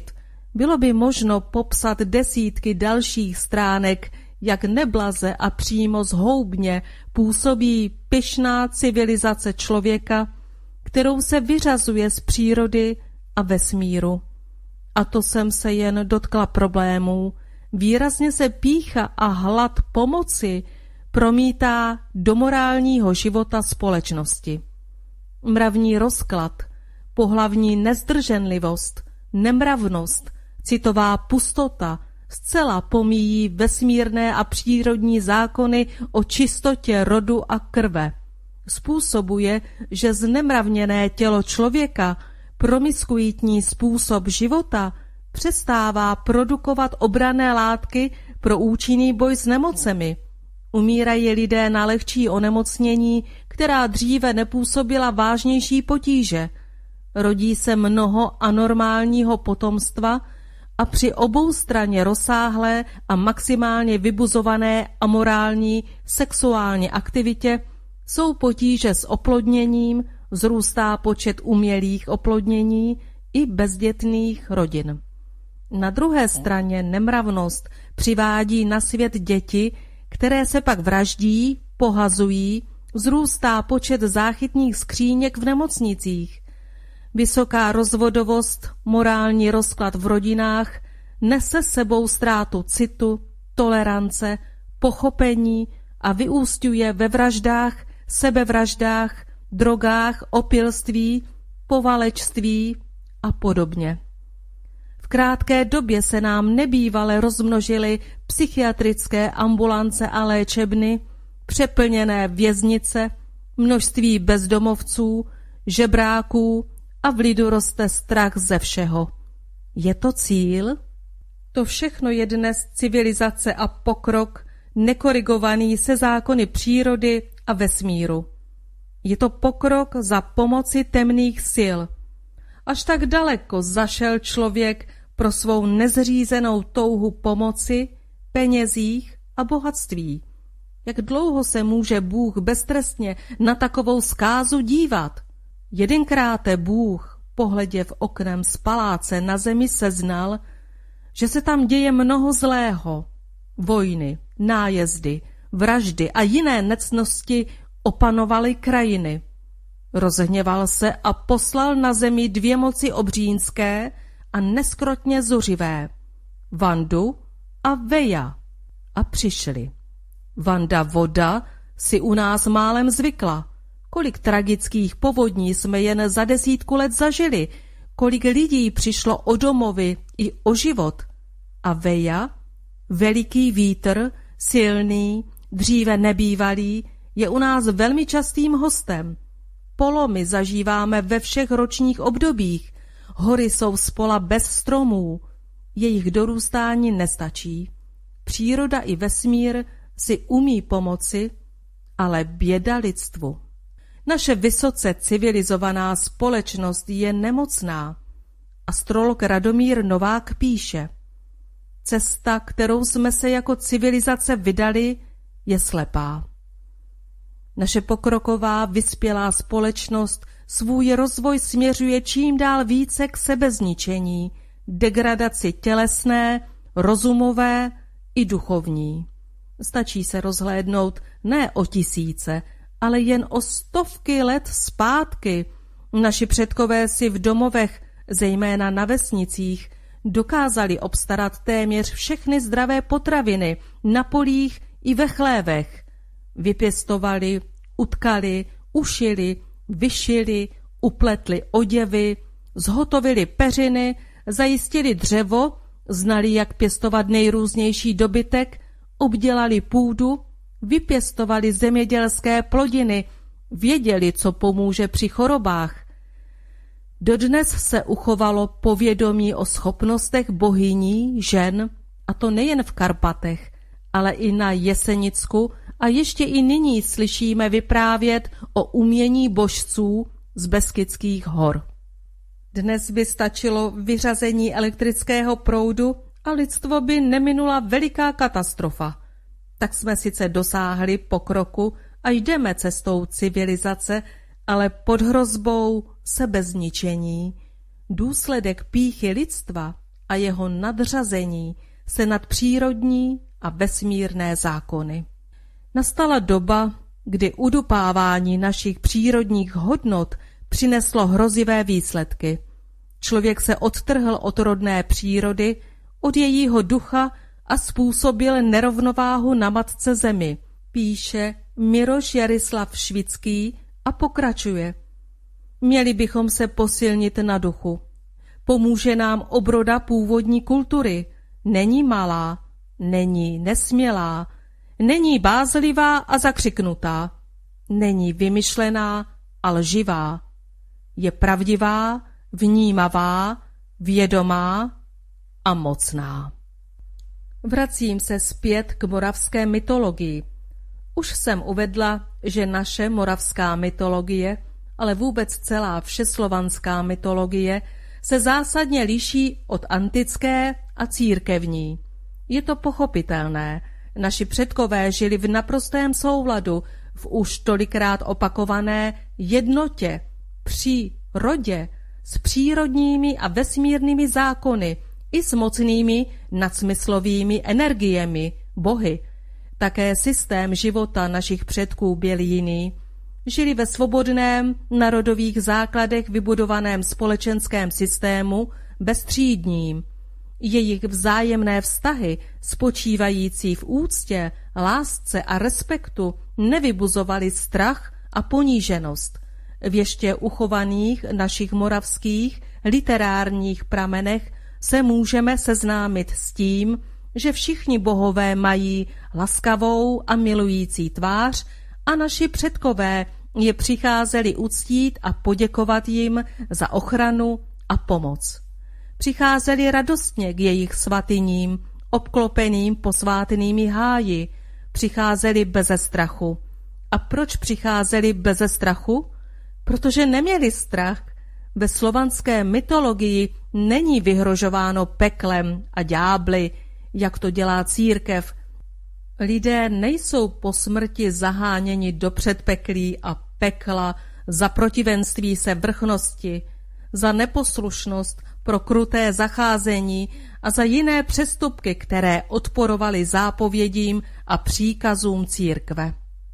Bylo by možno popsat desítky dalších stránek, jak neblaze a přímo zhoubně působí pyšná civilizace člověka, kterou se vyřazuje z přírody a vesmíru. A to jsem se jen dotkla problémů. Výrazně se pýcha a hlad pomoci promítá do morálního života společnosti. Mravní rozklad, pohlavní nezdrženlivost, nemravnost, citová pustota zcela pomíjí vesmírné a přírodní zákony o čistotě rodu a krve. Způsobuje, že znemravněné tělo člověka, promiskuitní způsob života, přestává produkovat obranné látky pro účinný boj s nemocemi. Umírají lidé na lehčí onemocnění, která dříve nepůsobila vážnější potíže. Rodí se mnoho anormálního potomstva a při obou straně rozsáhlé a maximálně vybuzované amorální sexuální aktivitě jsou potíže s oplodněním, vzrůstá počet umělých oplodnění i bezdětných rodin. Na druhé straně nemravnost přivádí na svět děti, které se pak vraždí, pohazují, vzrůstá počet záchytních skříněk v nemocnicích. Vysoká rozvodovost, morální rozklad v rodinách nese sebou ztrátu citu, tolerance, pochopení a vyúsťuje ve vraždách, sebevraždách, drogách, opilství, povalečství a podobně. V krátké době se nám nebývale rozmnožily psychiatrické ambulance a léčebny, přeplněné věznice, množství bezdomovců, žebráků a v lidu roste strach ze všeho. Je to cíl? To všechno je dnes civilizace a pokrok, nekorigovaný se zákony přírody a vesmíru. Je to pokrok za pomoci temných sil. Až tak daleko zašel člověk pro svou nezřízenou touhu pomoci, penězích a bohatství. Jak dlouho se může Bůh beztrestně na takovou zkázu dívat? Jedenkráte Bůh, pohleděv oknem z paláce na zemi, seznal, že se tam děje mnoho zlého. Vojny, nájezdy, vraždy a jiné nectnosti opanovaly krajiny. Rozhněval se a poslal na zemi dvě moci obřínské a neskrotně zuřivé, Vandu a Veja. A přišli. Vanda voda si u nás málem zvykla. Kolik tragických povodní jsme jen za desítku let zažili, kolik lidí přišlo o domovy i o život. A Veja, veliký vítr, silný, dříve nebývalý, je u nás velmi častým hostem. Polomy zažíváme ve všech ročních obdobích, hory jsou zpola bez stromů, jejich dorůstání nestačí. Příroda i vesmír si umí pomoci, ale běda lidstvu. Naše vysoce civilizovaná společnost je nemocná. Astrolog Radomír Novák píše: cesta, kterou jsme se jako civilizace vydali, je slepá. Naše pokroková, vyspělá společnost svůj rozvoj směřuje čím dál více k sebezničení, degradaci tělesné, rozumové i duchovní. Stačí se rozhlédnout ne o tisíce, ale jen o stovky let zpátky. Naši předkové si v domovech, zejména na vesnicích, dokázali obstarat téměř všechny zdravé potraviny na polích i ve chlévech. Vypěstovali, utkali, ušili, vyšili, upletli oděvy, zhotovili peřiny, zajistili dřevo, znali, jak pěstovat nejrůznější dobytek, obdělali půdu, vypěstovali zemědělské plodiny, věděli, co pomůže při chorobách. Dodnes se uchovalo povědomí o schopnostech bohyní, žen, a to nejen v Karpatech, ale i na Jesenicku, a ještě i nyní slyšíme vyprávět o umění božců z Beskydských hor. Dnes by stačilo vyřazení elektrického proudu a lidstvo by neminula veliká katastrofa. Tak jsme sice dosáhli pokroku a jdeme cestou civilizace, ale pod hrozbou sebezničení. Důsledek pýchy lidstva a jeho nadřazení se nad přírodní a vesmírné zákony. Nastala doba, kdy udupávání našich přírodních hodnot přineslo hrozivé výsledky. Člověk se odtrhl od rodné přírody, od jejího ducha a způsobil nerovnováhu na matce zemi, píše Miroš Jarislav Švický a pokračuje. Měli bychom se posilnit na duchu. Pomůže nám obroda původní kultury. Není malá, není nesmělá, není bázlivá a zakřiknutá, není vymyšlená a lživá. Je pravdivá, vnímavá, vědomá a mocná. Vracím se zpět k moravské mytologii. Už jsem uvedla, že naše moravská mytologie, ale vůbec celá všeslovanská mytologie, se zásadně liší od antické a církevní. Je to pochopitelné. Naši předkové žili v naprostém souladu, v už tolikrát opakované jednotě, přírodě, s přírodními a vesmírnými zákony i s mocnými nadsmyslovými energiemi, bohy. Také systém života našich předků byl jiný. Žili ve svobodném, na rodových základech vybudovaném společenském systému beztřídním. Jejich vzájemné vztahy, spočívající v úctě, lásce a respektu, nevybuzovaly strach a poníženost. V ještě uchovaných našich moravských literárních pramenech se můžeme seznámit s tím, že všichni bohové mají laskavou a milující tvář a naši předkové je přicházeli uctít a poděkovat jim za ochranu a pomoc. Přicházeli radostně k jejich svatyním, obklopeným posvátnými háji, přicházeli beze strachu. A proč přicházeli beze strachu? Protože neměli strach. Ve slovanské mytologii není vyhrožováno peklem a ďábly, jak to dělá církev. Lidé nejsou po smrti zaháněni do předpeklí a pekla za protivenství se vrchnosti, za neposlušnost pro kruté zacházení a za jiné přestupky, které odporovaly zápovědím a příkazům církve.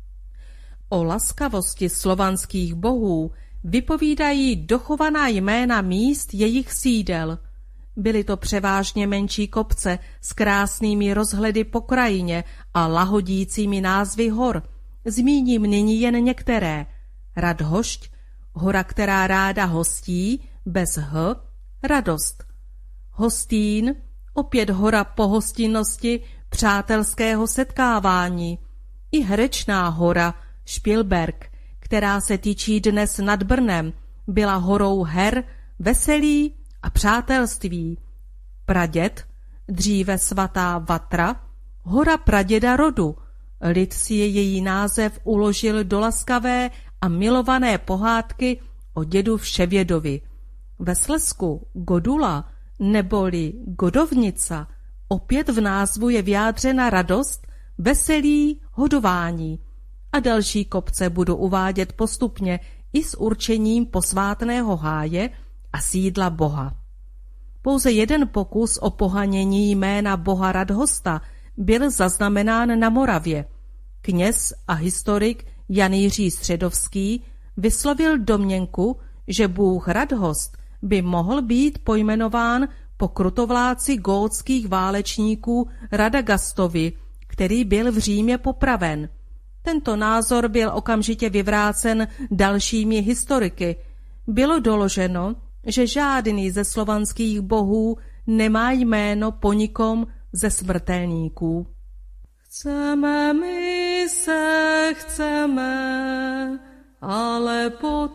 O laskavosti slovanských bohů vypovídají dochovaná jména míst jejich sídel. Byly to převážně menší kopce s krásnými rozhledy po krajině a lahodícími názvy hor. Zmíním nyní jen některé. Radhošť, hora, která ráda hostí, bez h, radost. Hostín, opět hora pohostinnosti, přátelského setkávání. I Hrečná hora, Špilberk, která se tyčí dnes nad Brnem, byla horou her, veselí a přátelství. Praděd, dříve svatá Vatra, hora praděda rodu. Lid si její název uložil do laskavé a milované pohádky o dědu Vševědovi. Ve Slezsku Godula neboli Godovnica, opět v názvu je vyjádřena radost, veselí, hodování. A další kopce budu uvádět postupně i s určením posvátného háje a sídla boha. Pouze jeden pokus o pohanění jména boha Radhosta byl zaznamenán na Moravě. Kněz a historik Jan Jiří Středovský vyslovil domněnku, že bůh Radhost by mohl být pojmenován po krutovláci gótských válečníků Radagastovi, který byl v Římě popraven. Tento názor byl okamžitě vyvrácen dalšími historiky. Bylo doloženo, že žádný ze slovanských bohů nemá jméno po nikom ze smrtelníků. Chceme, my se chceme, ale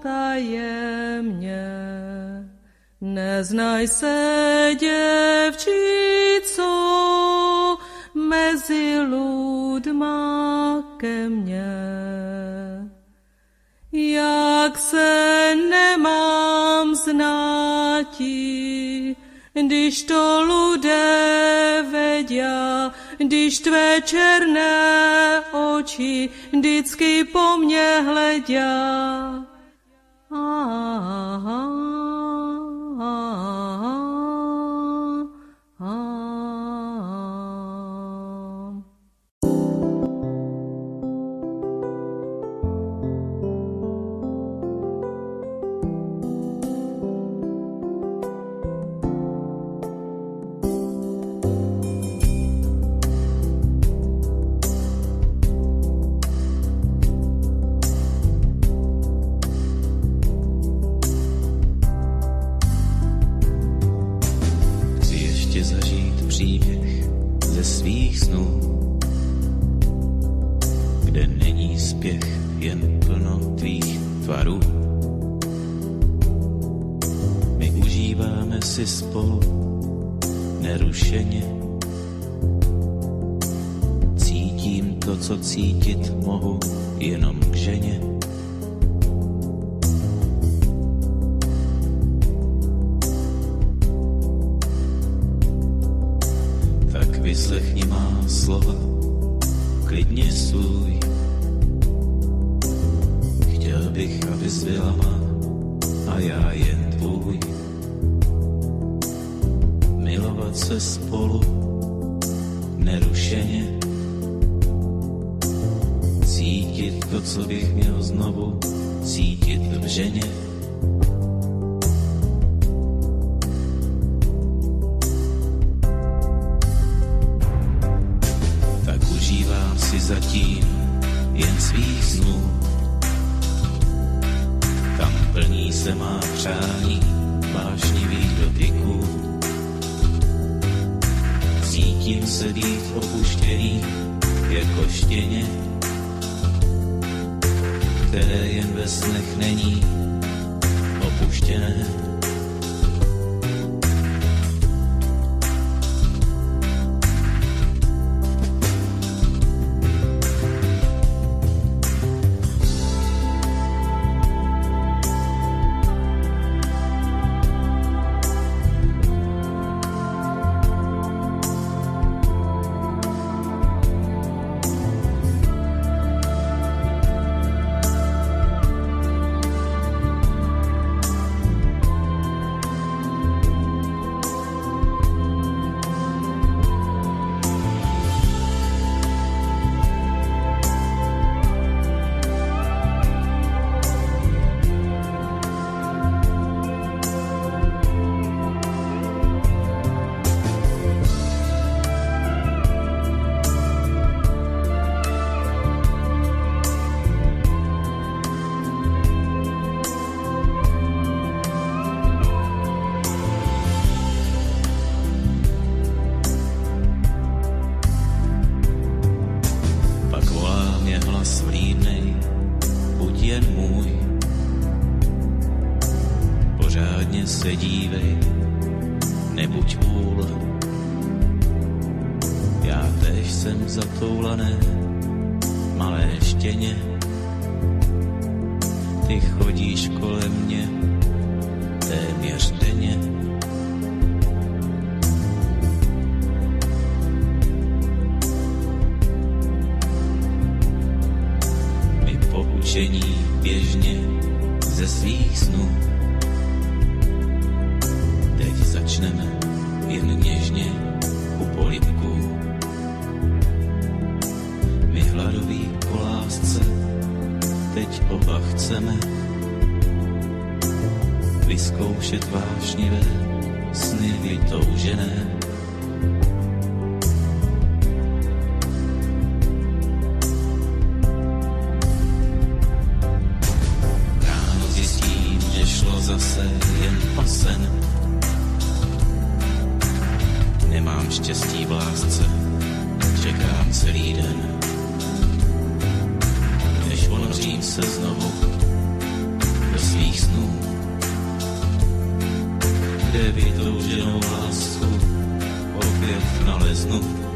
potajemně. Neznaj se, děvčico, mezi lidma ke mně. Jak se nemám znáti, když to lidé vedia, když tvé černé oči vždycky po mně hledia. Aha, aha, tvarů. My užíváme si spolu nerušeně. Cítím to, co cítit mohu jenom k ženě. Tak vyslechni má slova, klidně svůj. Chtěl bych, abys byla má a já jen tvůj. Milovat se spolu nerušeně. Cítit to, co bych měl znovu cítit v ženě. Tak užívám si zatím jen svých snů. Tam plní se má přání vášnivých dotyků. Cítím se být opuštěný jako štěně, které jen ve snech není opuštěné. Se dívej, nebuď vůl. Já též jsem zatoulané malé štěně. Ty chodíš kolem mě téměř denně. My poučení běžně ze svých snů. Začneme jen něžně u polibků. My hladoví po lásce teď oba chceme vyzkoušet vášnivé sny vytoužené. Ráno zjistím, že šlo zase jen o sen. Nemám štěstí v lásce, čekám celý den. Než ponořím se znovu do svých snů, kde vytouženou lásku opět naleznu.